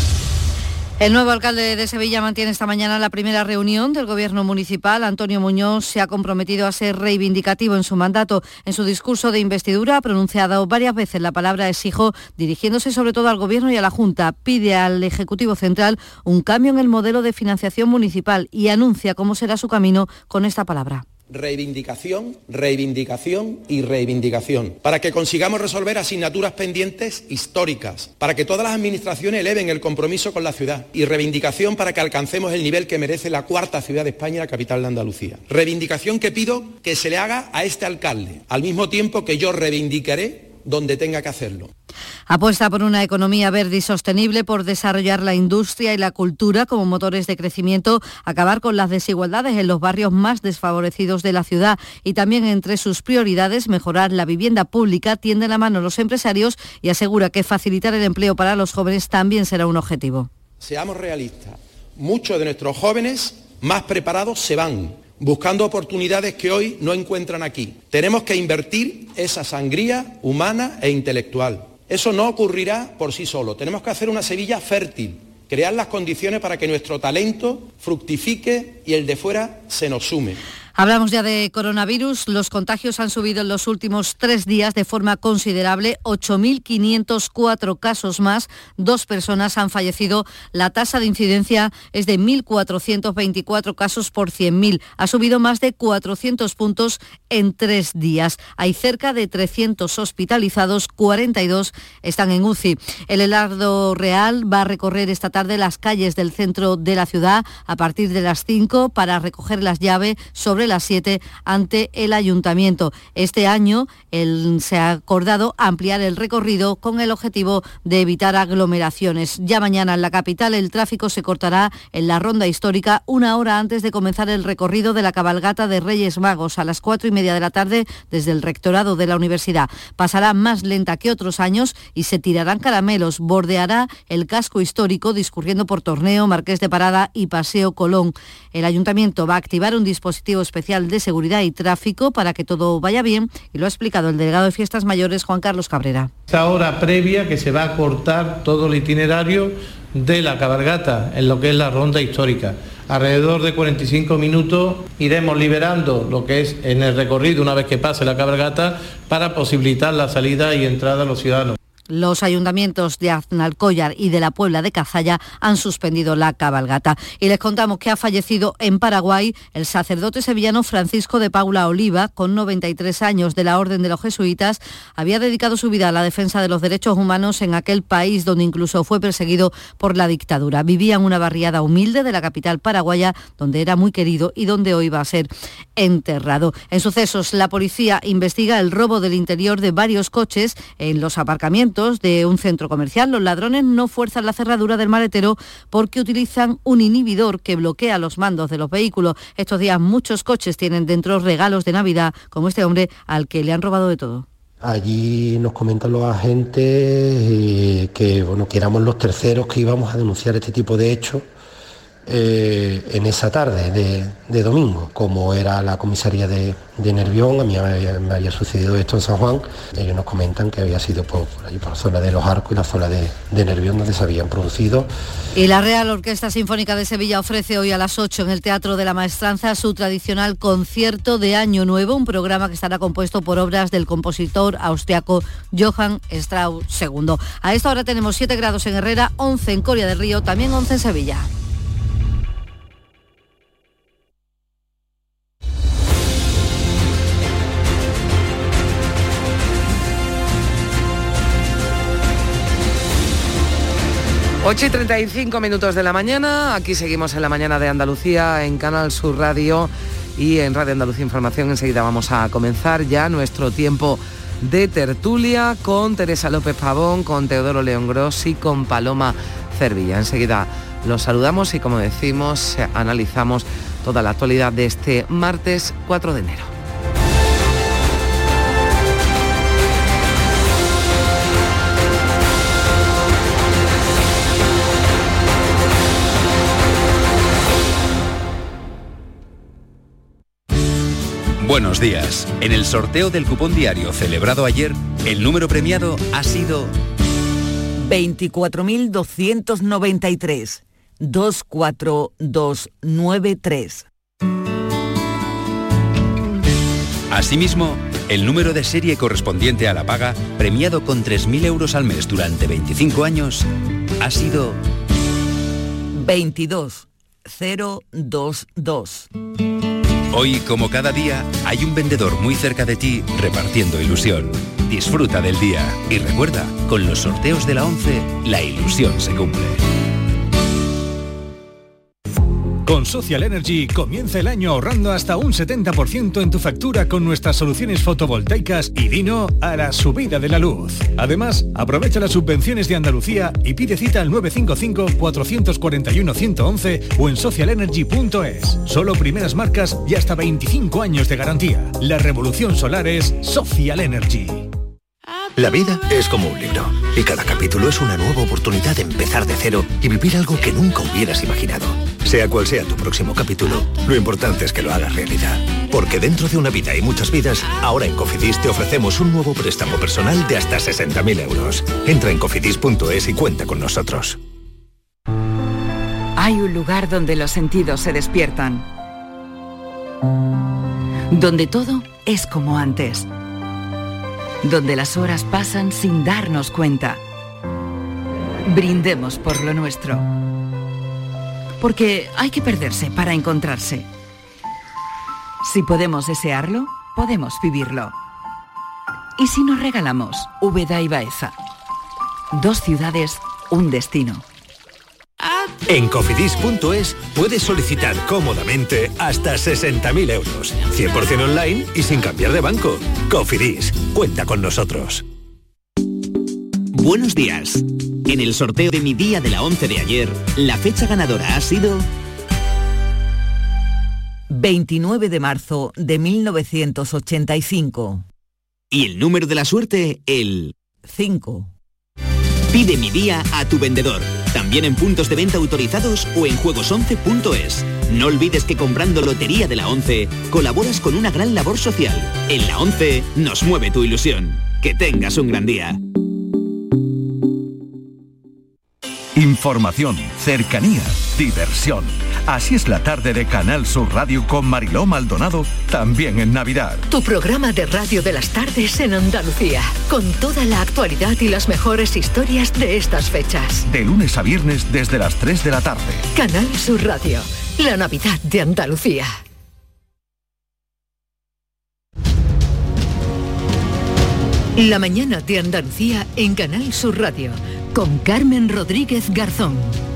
El nuevo alcalde de Sevilla mantiene esta mañana la primera reunión del gobierno municipal. Antonio Muñoz se ha comprometido a ser reivindicativo en su mandato. En su discurso de investidura ha pronunciado varias veces la palabra exijo, dirigiéndose sobre todo al gobierno y a la Junta. Pide al Ejecutivo Central un cambio en el modelo de financiación municipal y anuncia cómo será su camino con esta palabra. Reivindicación, reivindicación y reivindicación, para que consigamos resolver asignaturas pendientes históricas, para que todas las administraciones eleven el compromiso con la ciudad, y reivindicación para que alcancemos el nivel que merece la cuarta ciudad de España, la capital de Andalucía. Reivindicación que pido que se le haga a este alcalde, al mismo tiempo que yo reivindicaré donde tenga que hacerlo. Apuesta por una economía verde y sostenible, por desarrollar la industria y la cultura como motores de crecimiento, acabar con las desigualdades en los barrios más desfavorecidos de la ciudad y también entre sus prioridades mejorar la vivienda pública. Tiende la mano a los empresarios y asegura que facilitar el empleo para los jóvenes también será un objetivo. Seamos realistas, muchos de nuestros jóvenes más preparados se van, buscando oportunidades que hoy no encuentran aquí. Tenemos que invertir esa sangría humana e intelectual. Eso no ocurrirá por sí solo. Tenemos que hacer una Sevilla fértil, crear las condiciones para que nuestro talento fructifique y el de fuera se nos sume. Hablamos ya de coronavirus. Los contagios han subido en los últimos 3 días de forma considerable. 8.504 casos más. 2 personas han fallecido. La tasa de incidencia es de 1.424 casos por 100.000. Ha subido más de 400 puntos en 3 días. Hay cerca de 300 hospitalizados, 42 están en UCI. El Heraldo Real va a recorrer esta tarde las calles del centro de la ciudad a partir de las 5 para recoger las llaves sobre las 7 ante el Ayuntamiento. Este año se ha acordado ampliar el recorrido con el objetivo de evitar aglomeraciones. Ya mañana en la capital el tráfico se cortará en la ronda histórica 1 hora antes de comenzar el recorrido de la cabalgata de Reyes Magos a las 4:30 de la tarde desde el rectorado de la universidad. Pasará más lenta que otros años y se tirarán caramelos. Bordeará el casco histórico discurriendo por Torneo, Marqués de Parada y Paseo Colón. El Ayuntamiento va a activar un dispositivo especial de seguridad y tráfico para que todo vaya bien y lo ha explicado el delegado de Fiestas Mayores, Juan Carlos Cabrera. Esta hora previa que se va a cortar todo el itinerario de la cabalgata en lo que es la ronda histórica. Alrededor de 45 minutos iremos liberando lo que es en el recorrido una vez que pase la cabalgata para posibilitar la salida y entrada a los ciudadanos. Los ayuntamientos de Aznalcóllar y de la Puebla de Cazalla han suspendido la cabalgata. Y les contamos que ha fallecido en Paraguay el sacerdote sevillano Francisco de Paula Oliva, con 93 años, de la Orden de los Jesuitas. Había dedicado su vida a la defensa de los derechos humanos en aquel país donde incluso fue perseguido por la dictadura. Vivía en una barriada humilde de la capital paraguaya, donde era muy querido y donde hoy va a ser enterrado. En sucesos, la policía investiga el robo del interior de varios coches en los aparcamientos de un centro comercial. Los ladrones no fuerzan la cerradura del maletero porque utilizan un inhibidor que bloquea los mandos de los vehículos. Estos días muchos coches tienen dentro regalos de Navidad, como este hombre al que le han robado de todo. Allí nos comentan los agentes que éramos los terceros que íbamos a denunciar este tipo de hechos, en esa tarde de domingo. Como era la comisaría de Nervión, a mí me había sucedido esto en San Juan. Ellos nos comentan que había sido por allí, por la zona de Los Arcos y la zona de Nervión, donde se habían producido. Y la Real Orquesta Sinfónica de Sevilla ofrece hoy a las 8 en el Teatro de la Maestranza su tradicional concierto de Año Nuevo, un programa que estará compuesto por obras del compositor austriaco Johann Strauss II. A esta hora tenemos 7 grados en Herrera, 11 en Coria del Río, también 11 en Sevilla. Ocho y 35 minutos de la mañana, aquí seguimos en la mañana de Andalucía, en Canal Sur Radio y en Radio Andalucía Información. Enseguida vamos a comenzar ya nuestro tiempo de tertulia con Teresa López Pavón, con Teodoro León Gros y con Paloma Cervilla. Enseguida los saludamos y, como decimos, analizamos toda la actualidad de este martes 4 de enero. Buenos días. En el sorteo del cupón diario celebrado ayer, el número premiado ha sido 24.293 24293. Asimismo, el número de serie correspondiente a la paga, premiado con 3.000 euros al mes durante 25 años, ha sido 22022. Hoy, como cada día, hay un vendedor muy cerca de ti repartiendo ilusión. Disfruta del día y recuerda, con los sorteos de la 11, la ilusión se cumple. Con Social Energy comienza el año ahorrando hasta un 70% en tu factura con nuestras soluciones fotovoltaicas y dino a la subida de la luz. Además, aprovecha las subvenciones de Andalucía y pide cita al 955-441-111 o en socialenergy.es. Solo primeras marcas y hasta 25 años de garantía. La revolución solar es Social Energy. La vida es como un libro y cada capítulo es una nueva oportunidad de empezar de cero y vivir algo que nunca hubieras imaginado. Sea cual sea tu próximo capítulo, lo importante es que lo hagas realidad. Porque dentro de una vida y muchas vidas, ahora en Cofidis te ofrecemos un nuevo préstamo personal de hasta 60.000 euros. Entra en cofidis.es y cuenta con nosotros. Hay un lugar donde los sentidos se despiertan. Donde todo es como antes. Donde las horas pasan sin darnos cuenta. Brindemos por lo nuestro. Porque hay que perderse para encontrarse. Si podemos desearlo, podemos vivirlo. ¿Y si nos regalamos Úbeda y Baeza? 2 ciudades, un destino. En cofidis.es puedes solicitar cómodamente hasta 60.000 euros, 100% online y sin cambiar de banco. Cofidis, cuenta con nosotros. Buenos días. En el sorteo de Mi Día de la 11 de ayer, la fecha ganadora ha sido 29 de marzo de 1985. Y el número de la suerte, el 5. Pide Mi Día a tu vendedor, también en puntos de venta autorizados o en juegos11.es. No olvides que comprando Lotería de la 11 colaboras con una gran labor social. En la 11 nos mueve tu ilusión. Que tengas un gran día. Información, cercanía, diversión. Así es la tarde de Canal Sur Radio con Mariló Maldonado, también en Navidad. Tu programa de radio de las tardes en Andalucía, con toda la actualidad y las mejores historias de estas fechas. De lunes a viernes desde las 3 de la tarde. Canal Sur Radio, la Navidad de Andalucía. La mañana de Andalucía en Canal Sur Radio, con Carmen Rodríguez Garzón.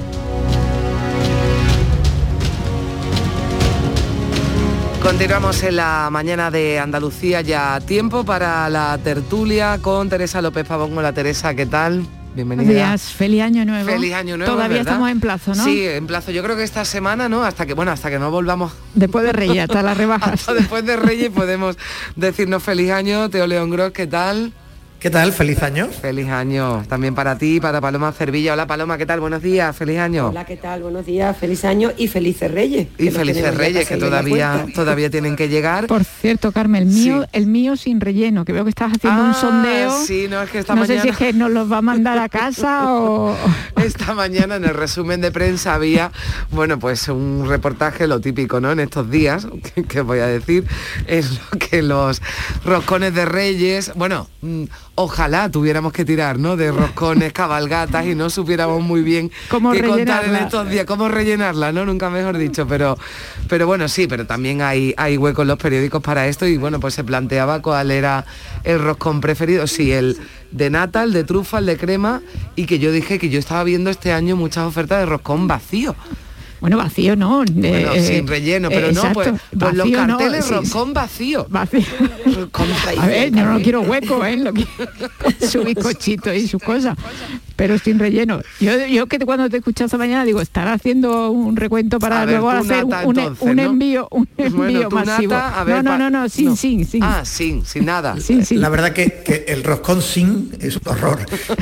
Continuamos en la mañana de Andalucía, ya tiempo para la tertulia con Teresa López Pavón. Hola Teresa, ¿qué tal? Bienvenida. Buenos días, feliz año nuevo. Feliz año nuevo. Todavía estamos en plazo, ¿no? Sí, en plazo. Yo creo que esta semana, ¿no? Hasta que no volvamos. Después de Reyes, hasta las rebajas. Hasta después de Reyes podemos decirnos feliz año. Teo León Gros, ¿qué tal? ¿Qué tal? Feliz año. Feliz año también para ti, para Paloma Cervilla. Hola Paloma, ¿qué tal? Buenos días, feliz año. Hola, ¿qué tal? Buenos días, feliz año y felices Reyes. Y felices Reyes, que todavía tienen que llegar. Por cierto, Carmen, el mío sin relleno, que veo que estás haciendo un sondeo. Sí, no, es que no sé si es que nos los va a mandar a casa o... Esta mañana en el resumen de prensa había, bueno, pues un reportaje, lo típico, ¿no? En estos días, que voy a decir, es lo que los roscones de Reyes, bueno, ojalá tuviéramos que tirar, ¿no? De roscones, cabalgatas y no supiéramos muy bien qué contar en estos días, cómo rellenarla, ¿no? Nunca mejor dicho, pero bueno, sí, pero también hay hueco en los periódicos para esto y bueno, pues se planteaba cuál era el roscón preferido, sí, el de nata, el de trufa, el de crema, y que yo dije que yo estaba viendo este año muchas ofertas de roscón vacío. Bueno, vacío no. Bueno, sin relleno, pero exacto, no, pues vacío, los carteles no, roscón vacío. A ver, yo no quiero hueco, con su bizcochito y sus cosas, pero sin relleno. Yo que cuando te escuché esta mañana digo, estará haciendo un recuento para luego hacer un envío masivo. Nata, no, sin. Ah, sin nada. Sin. La verdad que el roscón sin es un horror.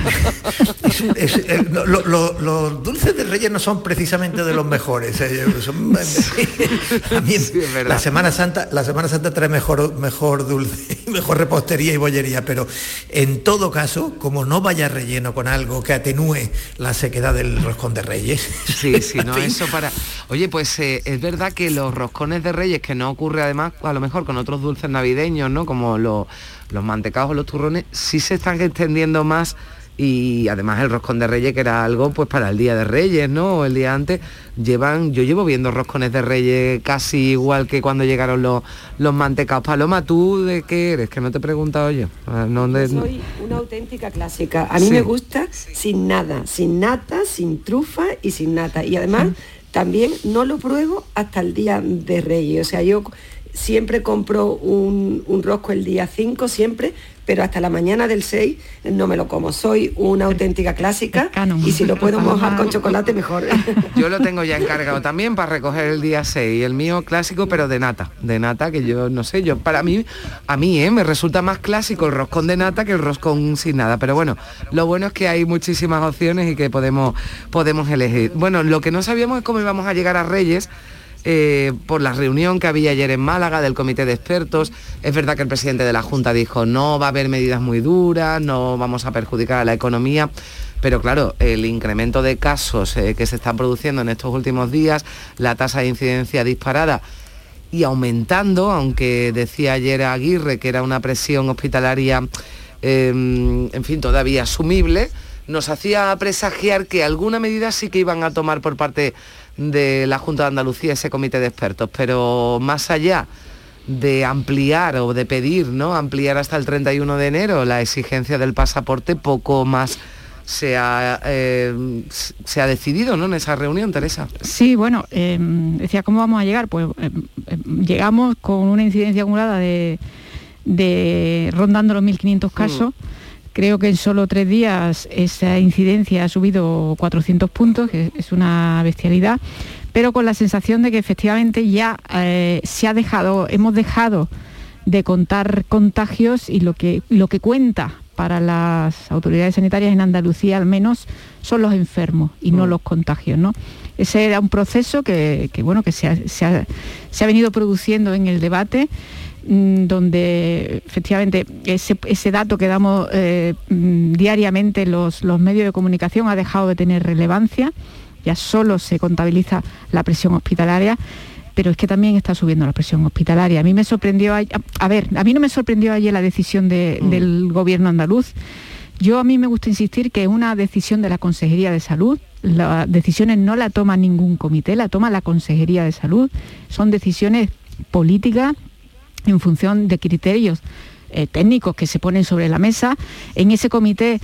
Los dulces de Reyes no son precisamente de los mejores. También la Semana Santa trae mejor dulce, mejor repostería y bollería, pero en todo caso, como no vaya relleno con algo que atenúe la sequedad del roscón de Reyes. Sí, no, eso para... Oye, pues es verdad que los roscones de Reyes, que no ocurre además a lo mejor con otros dulces navideños, ¿no? Como los mantecados o los turrones, sí se están extendiendo más. Y además el roscón de Reyes, que era algo pues para el Día de Reyes, ¿no? O el día antes, yo llevo viendo roscones de Reyes casi igual que cuando llegaron los mantecados. Paloma, ¿tú de qué eres? Que no te he preguntado yo. Yo soy una auténtica clásica. A mí me gusta sin nada, sin nata, sin trufa y sin nata. Y además también no lo pruebo hasta el Día de Reyes. O sea, yo siempre compro un rosco el día 5, siempre, pero hasta la mañana del 6 no me lo como. Soy una auténtica clásica y si lo puedo mojar con chocolate, mejor. Yo lo tengo ya encargado también para recoger el día 6. El mío clásico, pero de nata, que yo no sé, a mí me resulta más clásico el roscón de nata que el roscón sin nada. Pero bueno, lo bueno es que hay muchísimas opciones y que podemos elegir. Bueno, lo que no sabíamos es cómo íbamos a llegar a Reyes, por la reunión que había ayer en Málaga del comité de expertos. Es verdad que el presidente de la Junta dijo no va a haber medidas muy duras, no vamos a perjudicar a la economía, pero claro, el incremento de casos que se están produciendo en estos últimos días, la tasa de incidencia disparada y aumentando, aunque decía ayer Aguirre que era una presión hospitalaria en fin, todavía asumible, nos hacía presagiar que alguna medida sí que iban a tomar por parte de la Junta de Andalucía, ese comité de expertos, pero más allá de ampliar o de pedir, ¿no?, ampliar hasta el 31 de enero la exigencia del pasaporte, poco más se ha decidido, ¿no?, en esa reunión, Teresa. Sí, bueno, decía, ¿cómo vamos a llegar? Pues llegamos con una incidencia acumulada de rondando los 1.500 casos. Creo que en solo 3 días esa incidencia ha subido 400 puntos, que es una bestialidad, pero con la sensación de que efectivamente ya hemos dejado de contar contagios y lo que cuenta para las autoridades sanitarias en Andalucía al menos son los enfermos y no los contagios, ¿no? Ese era un proceso que se ha venido produciendo en el debate, donde efectivamente ese dato que damos diariamente los medios de comunicación ha dejado de tener relevancia, ya solo se contabiliza la presión hospitalaria, pero es que también está subiendo la presión hospitalaria. A mí no me sorprendió ayer la decisión del gobierno andaluz. A mí me gusta insistir que es una decisión de la Consejería de Salud. Las decisiones no la toma ningún comité, la toma la Consejería de Salud. Son decisiones políticas en función de criterios técnicos que se ponen sobre la mesa. En ese comité,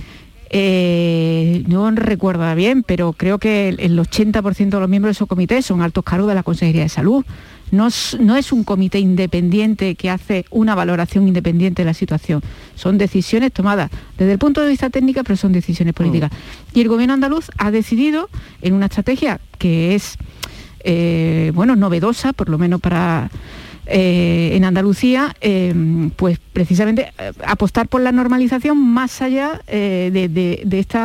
no recuerdo bien, pero creo que el 80% de los miembros de esos comités son altos cargos de la Consejería de Salud. No es un comité independiente que hace una valoración independiente de la situación. Son decisiones tomadas desde el punto de vista técnico, pero son decisiones políticas. Y el gobierno andaluz ha decidido, en una estrategia que es novedosa, por lo menos para en Andalucía, pues precisamente apostar por la normalización más allá de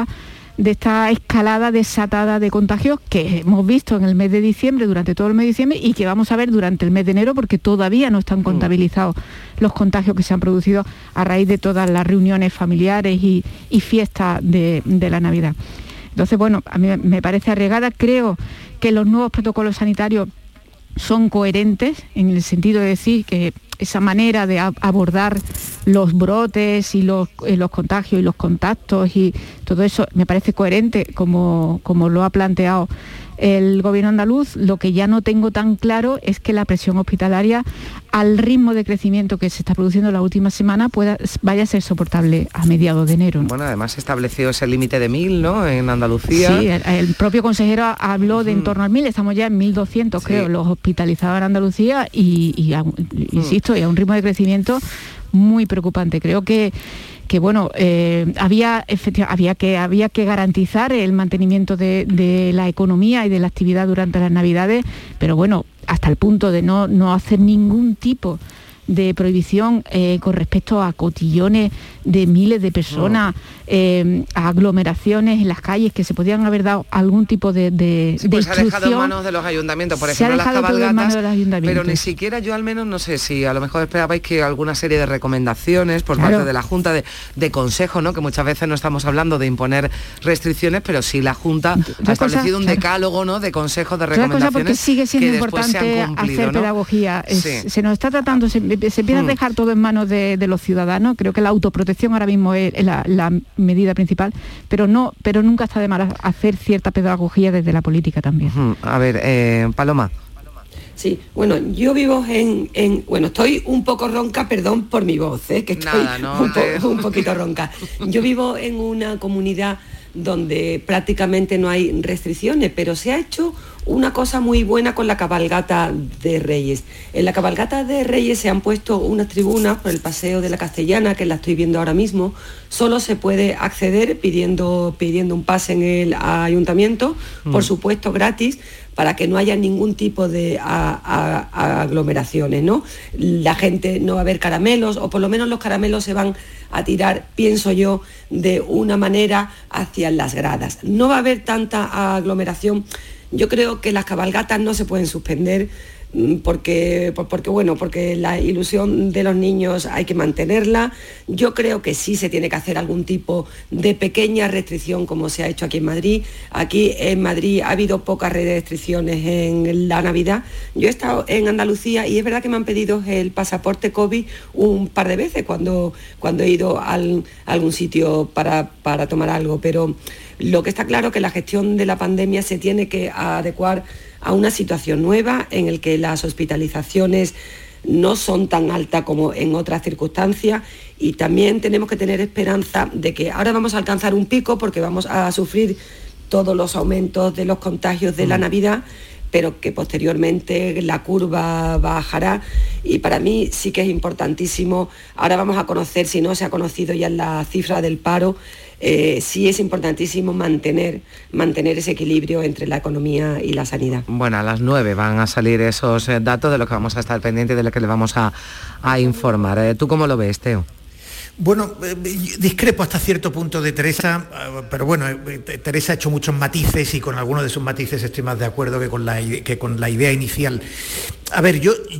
esta escalada desatada de contagios que hemos visto en el mes de diciembre, durante todo el mes de diciembre, y que vamos a ver durante el mes de enero, porque todavía no están contabilizados los contagios que se han producido a raíz de todas las reuniones familiares y fiestas de la Navidad. Entonces, bueno, a mí me parece arriesgada. Creo que los nuevos protocolos sanitarios son coherentes en el sentido de decir que esa manera de abordar los brotes y los contagios y los contactos y todo eso me parece coherente como lo ha planteado el gobierno andaluz. Lo que ya no tengo tan claro es que la presión hospitalaria, al ritmo de crecimiento que se está produciendo en la última semana, vaya a ser soportable a mediados de enero, ¿no? Bueno, además se estableció ese límite de 1.000, ¿no?, en Andalucía. Sí, el propio consejero habló de en torno a 1.000, estamos ya en 1.200, creo, los hospitalizados en Andalucía insisto, y a un ritmo de crecimiento muy preocupante. Creo que bueno, había que garantizar el mantenimiento de la economía y de la actividad durante las Navidades, pero bueno, hasta el punto de no hacer ningún tipo de prohibición con respecto a cotillones de miles de personas, a aglomeraciones en las calles, que se podían haber dado algún tipo de pues instrucción. Se ha dejado en manos de los ayuntamientos, por ejemplo, las cabalgatas, pero ni siquiera yo, al menos, no sé si a lo mejor esperabais que alguna serie de recomendaciones por parte de la Junta de Consejo, ¿no?, que muchas veces no estamos hablando de imponer restricciones, pero sí la Junta ha establecido un decálogo, ¿no?, de consejos, de recomendaciones, porque sigue siendo que después importante se han cumplido, hacer ¿no? Pedagogía. Sí. Se nos está tratando, se empieza a dejar todo en manos de los ciudadanos. Creo que la autoprotección ahora mismo es la medida principal, pero nunca está de más hacer cierta pedagogía desde la política también. A ver, Paloma. Sí, bueno, yo vivo bueno, estoy un poco ronca, perdón por mi voz, que estoy un poquito ronca. Yo vivo en una comunidad donde prácticamente no hay restricciones, pero se ha hecho una cosa muy buena con la cabalgata de Reyes. En la cabalgata de Reyes se han puesto unas tribunas por el Paseo de la Castellana, que la estoy viendo ahora mismo. Solo se puede acceder pidiendo un pase en el ayuntamiento, por supuesto gratis, para que no haya ningún tipo de aglomeraciones, ¿no? La gente no va a ver caramelos, o por lo menos los caramelos se van a tirar, pienso yo, de una manera hacia las gradas. No va a haber tanta aglomeración. Yo creo que las cabalgatas no se pueden suspender porque la ilusión de los niños hay que mantenerla. Yo creo que sí se tiene que hacer algún tipo de pequeña restricción, como se ha hecho aquí en Madrid. Aquí en Madrid ha habido pocas restricciones en la Navidad. Yo he estado en Andalucía y es verdad que me han pedido el pasaporte COVID un par de veces cuando he ido a algún sitio para tomar algo, pero lo que está claro es que la gestión de la pandemia se tiene que adecuar a una situación nueva en el que las hospitalizaciones no son tan altas como en otras circunstancias, y también tenemos que tener esperanza de que ahora vamos a alcanzar un pico porque vamos a sufrir todos los aumentos de los contagios de la Navidad, pero que posteriormente la curva bajará, y para mí sí que es importantísimo. Ahora vamos a conocer, si no se ha conocido ya la cifra del paro, sí es importantísimo mantener ese equilibrio entre la economía y la sanidad. Bueno, a las 9 van a salir esos datos de los que vamos a estar pendientes, de los que le vamos a informar. ¿Tú cómo lo ves, Teo? Bueno, discrepo hasta cierto punto de Teresa, pero bueno, Teresa ha hecho muchos matices y con algunos de sus matices estoy más de acuerdo que con la idea inicial. A ver,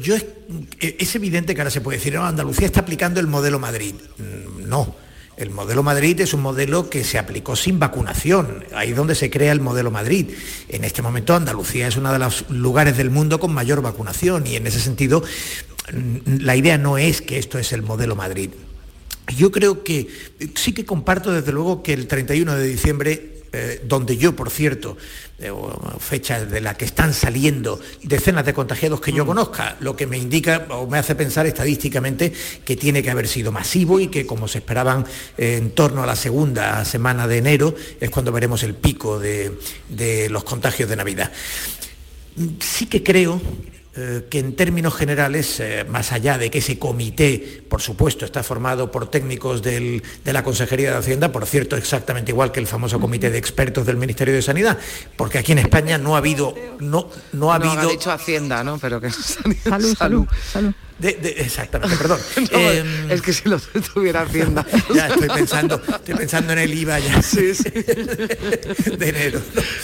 es evidente que ahora se puede decir, no, Andalucía está aplicando el modelo Madrid. No. El modelo Madrid es un modelo que se aplicó sin vacunación, ahí es donde se crea el modelo Madrid. En este momento Andalucía es uno de los lugares del mundo con mayor vacunación y en ese sentido la idea no es que esto es el modelo Madrid. Yo creo que sí que comparto desde luego que el 31 de diciembre, donde yo, por cierto, fecha de la que están saliendo decenas de contagiados que yo conozca, lo que me indica o me hace pensar estadísticamente que tiene que haber sido masivo y que, como se esperaban en torno a la segunda semana de enero, es cuando veremos el pico de los contagios de Navidad. Sí que creo que en términos generales, más allá de que ese comité, por supuesto, está formado por técnicos de la Consejería de Hacienda, por cierto, exactamente igual que el famoso comité de expertos del Ministerio de Sanidad, porque aquí en España no ha habido... No ha dicho Hacienda, ¿no? Pero que salud. Exactamente, perdón. No, es que si lo tuviera Hacienda. Ya estoy pensando en el IVA ya. Sí. De enero.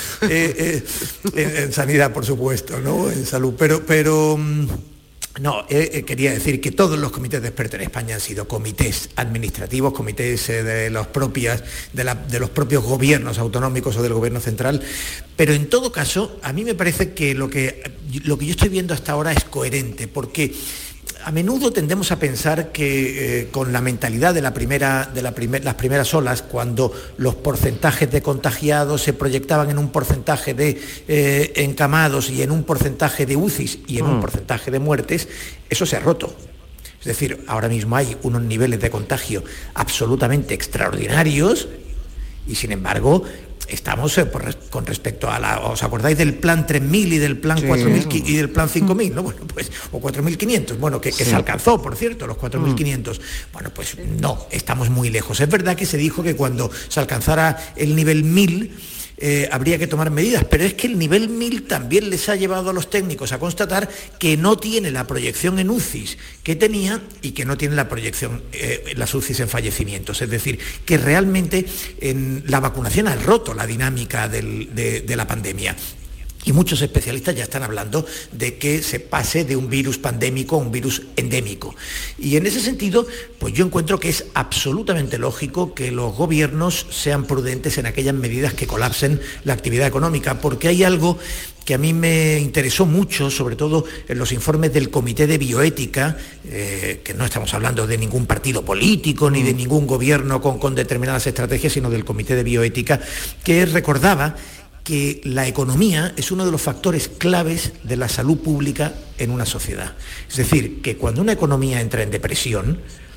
En sanidad, por supuesto, ¿no? En salud. Pero no, quería decir que todos los comités de expertos en España han sido comités administrativos, comités de los propios gobiernos autonómicos o del gobierno central, pero en todo caso, a mí me parece que lo que yo estoy viendo hasta ahora es coherente, porque a menudo tendemos a pensar que con la mentalidad de las primeras olas, cuando los porcentajes de contagiados se proyectaban en un porcentaje de encamados y en un porcentaje de UCIs y en un porcentaje de muertes, eso se ha roto. Es decir, ahora mismo hay unos niveles de contagio absolutamente extraordinarios y, sin embargo, estamos con respecto a ¿os acordáis del plan 3.000 y del plan 4.000 y del plan 5.000? ¿No? Bueno, pues, o 4.500, bueno, que se alcanzó, por cierto, los 4.500. Bueno, pues no, estamos muy lejos. Es verdad que se dijo que cuando se alcanzara el nivel 1.000, habría que tomar medidas, pero es que el nivel 1000 también les ha llevado a los técnicos a constatar que no tiene la proyección en UCIs que tenía y que no tiene la proyección en las UCIs en fallecimientos. Es decir, que realmente la vacunación ha roto la dinámica de la pandemia. Y muchos especialistas ya están hablando de que se pase de un virus pandémico a un virus endémico. Y en ese sentido, pues yo encuentro que es absolutamente lógico que los gobiernos sean prudentes en aquellas medidas que colapsen la actividad económica, porque hay algo que a mí me interesó mucho, sobre todo en los informes del Comité de Bioética, que no estamos hablando de ningún partido político ni de ningún gobierno con determinadas estrategias, sino del Comité de Bioética, que recordaba que la economía es uno de los factores claves de la salud pública en una sociedad. Es decir, que cuando una economía entra en depresión,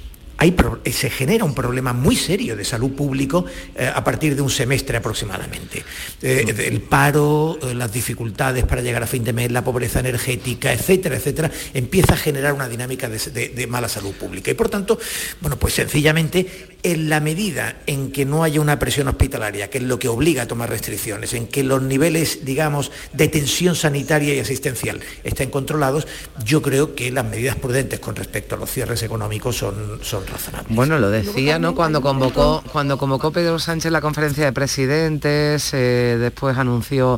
se genera un problema muy serio de salud público a partir de un semestre aproximadamente. El paro, las dificultades para llegar a fin de mes, la pobreza energética, etcétera, etcétera, empieza a generar una dinámica de mala salud pública. Y por tanto, bueno, pues sencillamente, en la medida en que no haya una presión hospitalaria, que es lo que obliga a tomar restricciones, en que los niveles, digamos, de tensión sanitaria y asistencial estén controlados, yo creo que las medidas prudentes con respecto a los cierres económicos son razonables. Bueno, lo decía, ¿no? Cuando convocó Pedro Sánchez la conferencia de presidentes, después anunció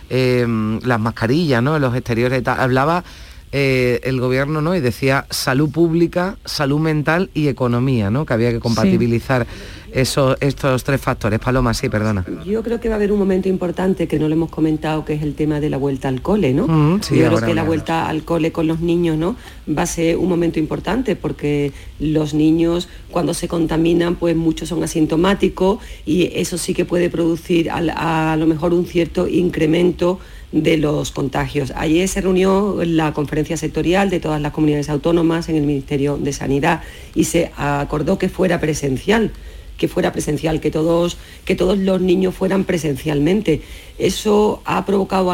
las mascarillas, ¿no? En los exteriores y tal. Hablaba el gobierno, ¿no? Y decía salud pública, salud mental y economía, ¿no? Que había que compatibilizar estos tres factores. Paloma, sí, perdona. Yo creo que va a haber un momento importante que no lo hemos comentado, que es el tema de la vuelta al cole, ¿no? Sí, yo creo que la vuelta al cole con los niños, ¿no? Va a ser un momento importante porque los niños, cuando se contaminan, pues muchos son asintomáticos y eso sí que puede producir a lo mejor un cierto incremento de los contagios. Ayer se reunió la conferencia sectorial de todas las comunidades autónomas en el Ministerio de Sanidad y se acordó que fuera presencial, que todos los niños fueran presencialmente. Eso ha provocado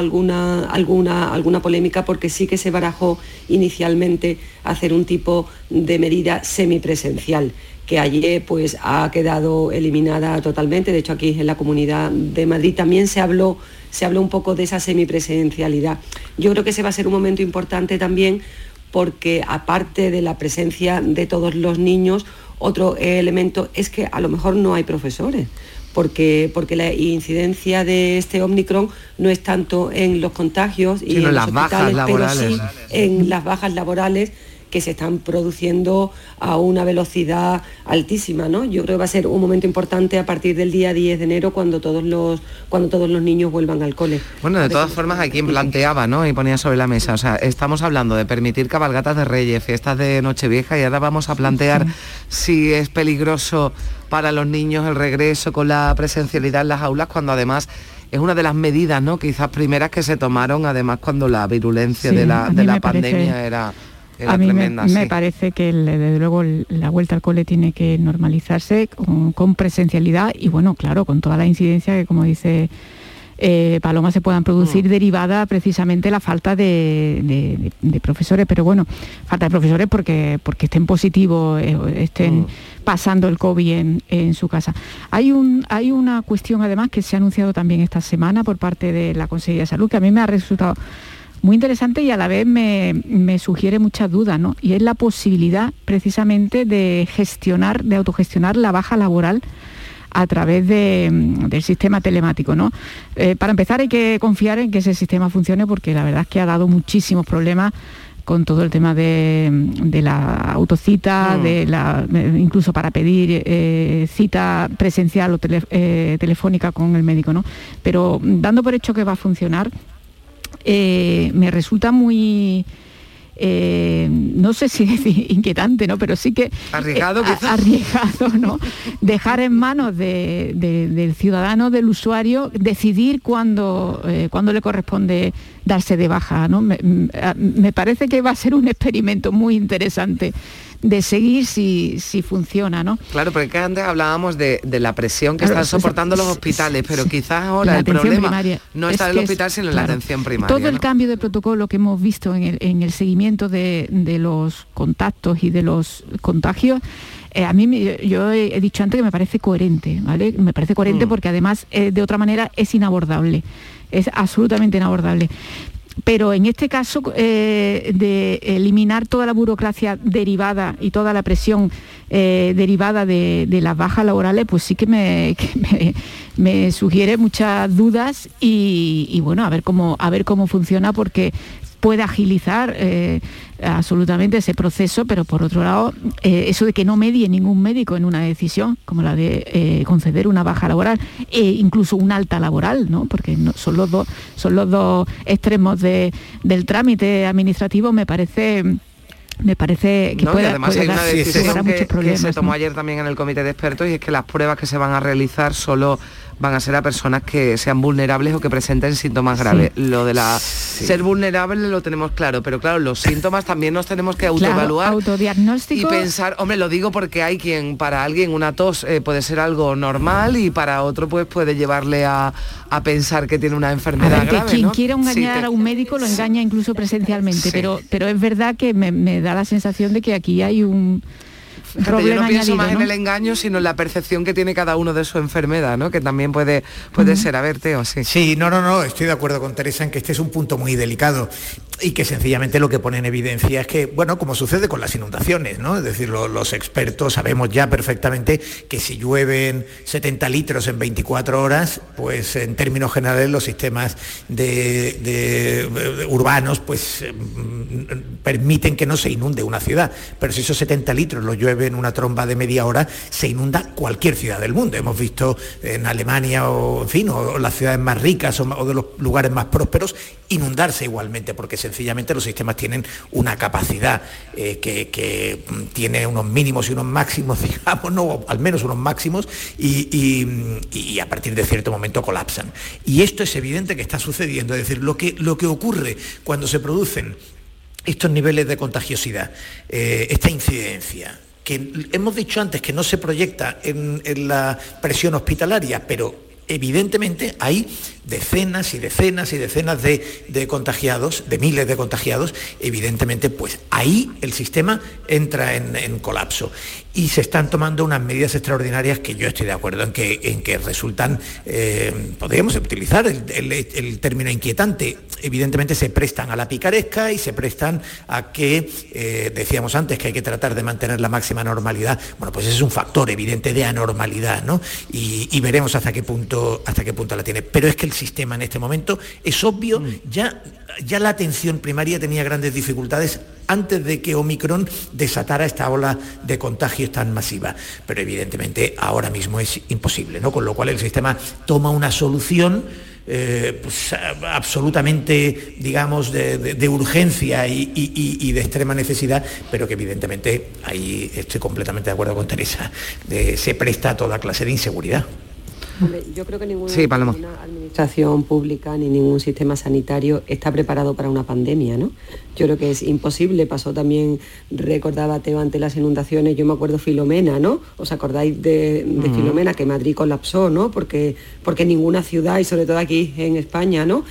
alguna polémica porque sí que se barajó inicialmente hacer un tipo de medida semipresencial, que ayer pues ha quedado eliminada totalmente. De hecho, aquí en la Comunidad de Madrid también se habló un poco de esa semipresencialidad. Yo creo que ese va a ser un momento importante también porque, aparte de la presencia de todos los niños, otro elemento es que a lo mejor no hay profesores, porque la incidencia de este Omicron no es tanto en los contagios y en los hospitales, pero sí en las bajas laborales que se están produciendo a una velocidad altísima, ¿no? Yo creo que va a ser un momento importante a partir del día 10 de enero cuando todos los niños vuelvan al cole. Bueno, de todas formas, hay quien planteaba, ¿no? Y ponía sobre la mesa, o sea, estamos hablando de permitir cabalgatas de Reyes, fiestas de Nochevieja, y ahora vamos a plantear si es peligroso para los niños el regreso con la presencialidad en las aulas, cuando además es una de las medidas, ¿no? Quizás primeras que se tomaron, además cuando la virulencia de la pandemia era a mí tremenda, me parece que desde luego la vuelta al cole tiene que normalizarse con presencialidad y, bueno, claro, con toda la incidencia que, como dice Paloma, se puedan producir derivada precisamente la falta de profesores, pero bueno, falta de profesores porque estén positivos, estén pasando el COVID en su casa. Hay una cuestión además que se ha anunciado también esta semana por parte de la Consejería de Salud, que a mí me ha resultado muy interesante y a la vez me sugiere muchas dudas, ¿no? Y es la posibilidad precisamente de autogestionar la baja laboral a través del sistema telemático, ¿no? Para empezar hay que confiar en que ese sistema funcione, porque la verdad es que ha dado muchísimos problemas con todo el tema de la autocita, incluso para pedir cita presencial o telefónica con el médico, ¿no? Pero dando por hecho que va a funcionar, me resulta muy... no sé si es inquietante, ¿no? Pero sí que arriesgado, ¿no? Dejar en manos del ciudadano, del usuario, decidir cuándo le corresponde darse de baja, ¿no? Me parece que va a ser un experimento muy interesante de seguir si funciona, ¿no? Claro, porque antes hablábamos de la presión que están soportando los hospitales, pero quizás ahora el problema no está en el hospital, sino en la atención primaria. Todo el cambio de protocolo que hemos visto en el seguimiento de los contactos y de los contagios, a mí yo he dicho antes que me parece coherente, ¿vale? Me parece coherente porque además de otra manera es inabordable, es absolutamente inabordable. Pero en este caso de eliminar toda la burocracia derivada y toda la presión derivada de las bajas laborales, pues sí que me sugiere muchas dudas y bueno, a ver cómo funciona, porque puede agilizar absolutamente ese proceso, pero por otro lado, eso de que no medie ningún médico en una decisión, como la de conceder una baja laboral e incluso una alta laboral, ¿no? Porque son los dos extremos del trámite administrativo, me parece que y además hay una decisión que se tomó ¿no? ayer también en el comité de expertos, y es que las pruebas que se van a realizar solo van a ser a personas que sean vulnerables o que presenten síntomas graves. Lo de ser vulnerable lo tenemos claro, pero claro, los síntomas también nos tenemos que autoevaluar, autodiagnóstico, y pensar, hombre, lo digo porque hay para alguien una tos puede ser algo normal y para otro pues puede llevarle a pensar que tiene una enfermedad grave, quien ¿no? quiera engañar a un médico lo engaña incluso presencialmente, pero es verdad que me da la sensación de que aquí hay un yo no pienso más ¿no? en el engaño, sino en la percepción que tiene cada uno de su enfermedad, ¿no? Que también puede ser. A ver, Teo, sí. Sí, no, estoy de acuerdo con Teresa en que este es un punto muy delicado y que sencillamente lo que pone en evidencia es que, bueno, como sucede con las inundaciones, ¿no? Es decir, los expertos sabemos ya perfectamente que si llueven 70 litros en 24 horas, pues en términos generales los sistemas de urbanos pues permiten que no se inunde una ciudad, pero si esos 70 litros los llueve en una tromba de media hora, se inunda cualquier ciudad del mundo. Hemos visto en Alemania o en fin, o las ciudades más ricas o de los lugares más prósperos inundarse igualmente, porque sencillamente los sistemas tienen una capacidad que tiene unos mínimos y unos máximos, digamos, no, o al menos unos máximos, y a partir de cierto momento colapsan. Y esto es evidente que está sucediendo, es decir, lo que ocurre cuando se producen estos niveles de contagiosidad, esta incidencia, que hemos dicho antes que no se proyecta en la presión hospitalaria, pero evidentemente hay decenas y decenas y decenas de contagiados, de miles de contagiados, evidentemente pues ahí el sistema entra en colapso. Y se están tomando unas medidas extraordinarias que yo estoy de acuerdo en que resultan, podríamos utilizar el término inquietante, evidentemente se prestan a la picaresca y se prestan a que, decíamos antes que hay que tratar de mantener la máxima normalidad, bueno, pues ese es un factor evidente de anormalidad, ¿no? Y veremos hasta qué punto la tiene. Pero es que el sistema en este momento es obvio, ya la atención primaria tenía grandes dificultades antes de que Omicron desatara esta ola de contagios tan masiva, pero evidentemente ahora mismo es imposible, ¿no? Con lo cual el sistema toma una solución pues, absolutamente, digamos, de urgencia y de extrema necesidad, pero que evidentemente, ahí estoy completamente de acuerdo con Teresa, se presta a toda clase de inseguridad. Hombre, yo creo que ninguna administración pública ni ningún sistema sanitario está preparado para una pandemia, ¿no? Yo creo que es imposible. Pasó también, recordaba Teo, ante las inundaciones, yo me acuerdo Filomena, ¿no? ¿Os acordáis de Filomena, que Madrid colapsó, ¿no? Porque ninguna ciudad, y sobre todo aquí en España, ¿no?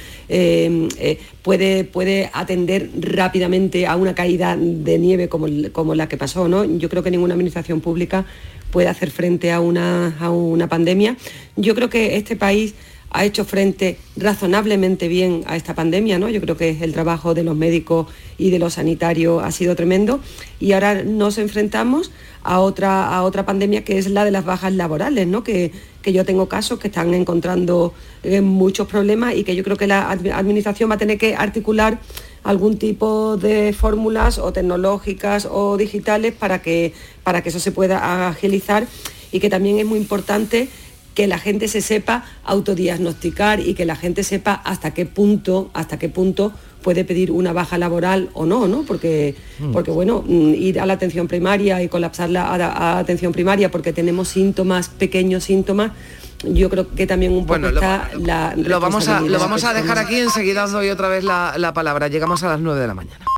Puede atender rápidamente a una caída de nieve como la que pasó, ¿no? Yo creo que ninguna administración pública puede hacer frente a una pandemia. Yo creo que este país ha hecho frente razonablemente bien a esta pandemia, ¿no? Yo creo que el trabajo de los médicos y de los sanitarios ha sido tremendo, y ahora nos enfrentamos a otra pandemia, que es la de las bajas laborales, ¿no? Que yo tengo casos que están encontrando muchos problemas, y que yo creo que la administración va a tener que articular algún tipo de fórmulas o tecnológicas o digitales para que eso se pueda agilizar, y que también es muy importante que la gente se sepa autodiagnosticar y que la gente sepa hasta qué punto puede pedir una baja laboral o no, ¿no? Porque bueno, ir a la atención primaria y colapsar la atención primaria porque tenemos síntomas, pequeños síntomas, yo creo que también un poco está la... Lo vamos a dejar aquí, enseguida os doy otra vez la palabra. Llegamos a las 9 de la mañana.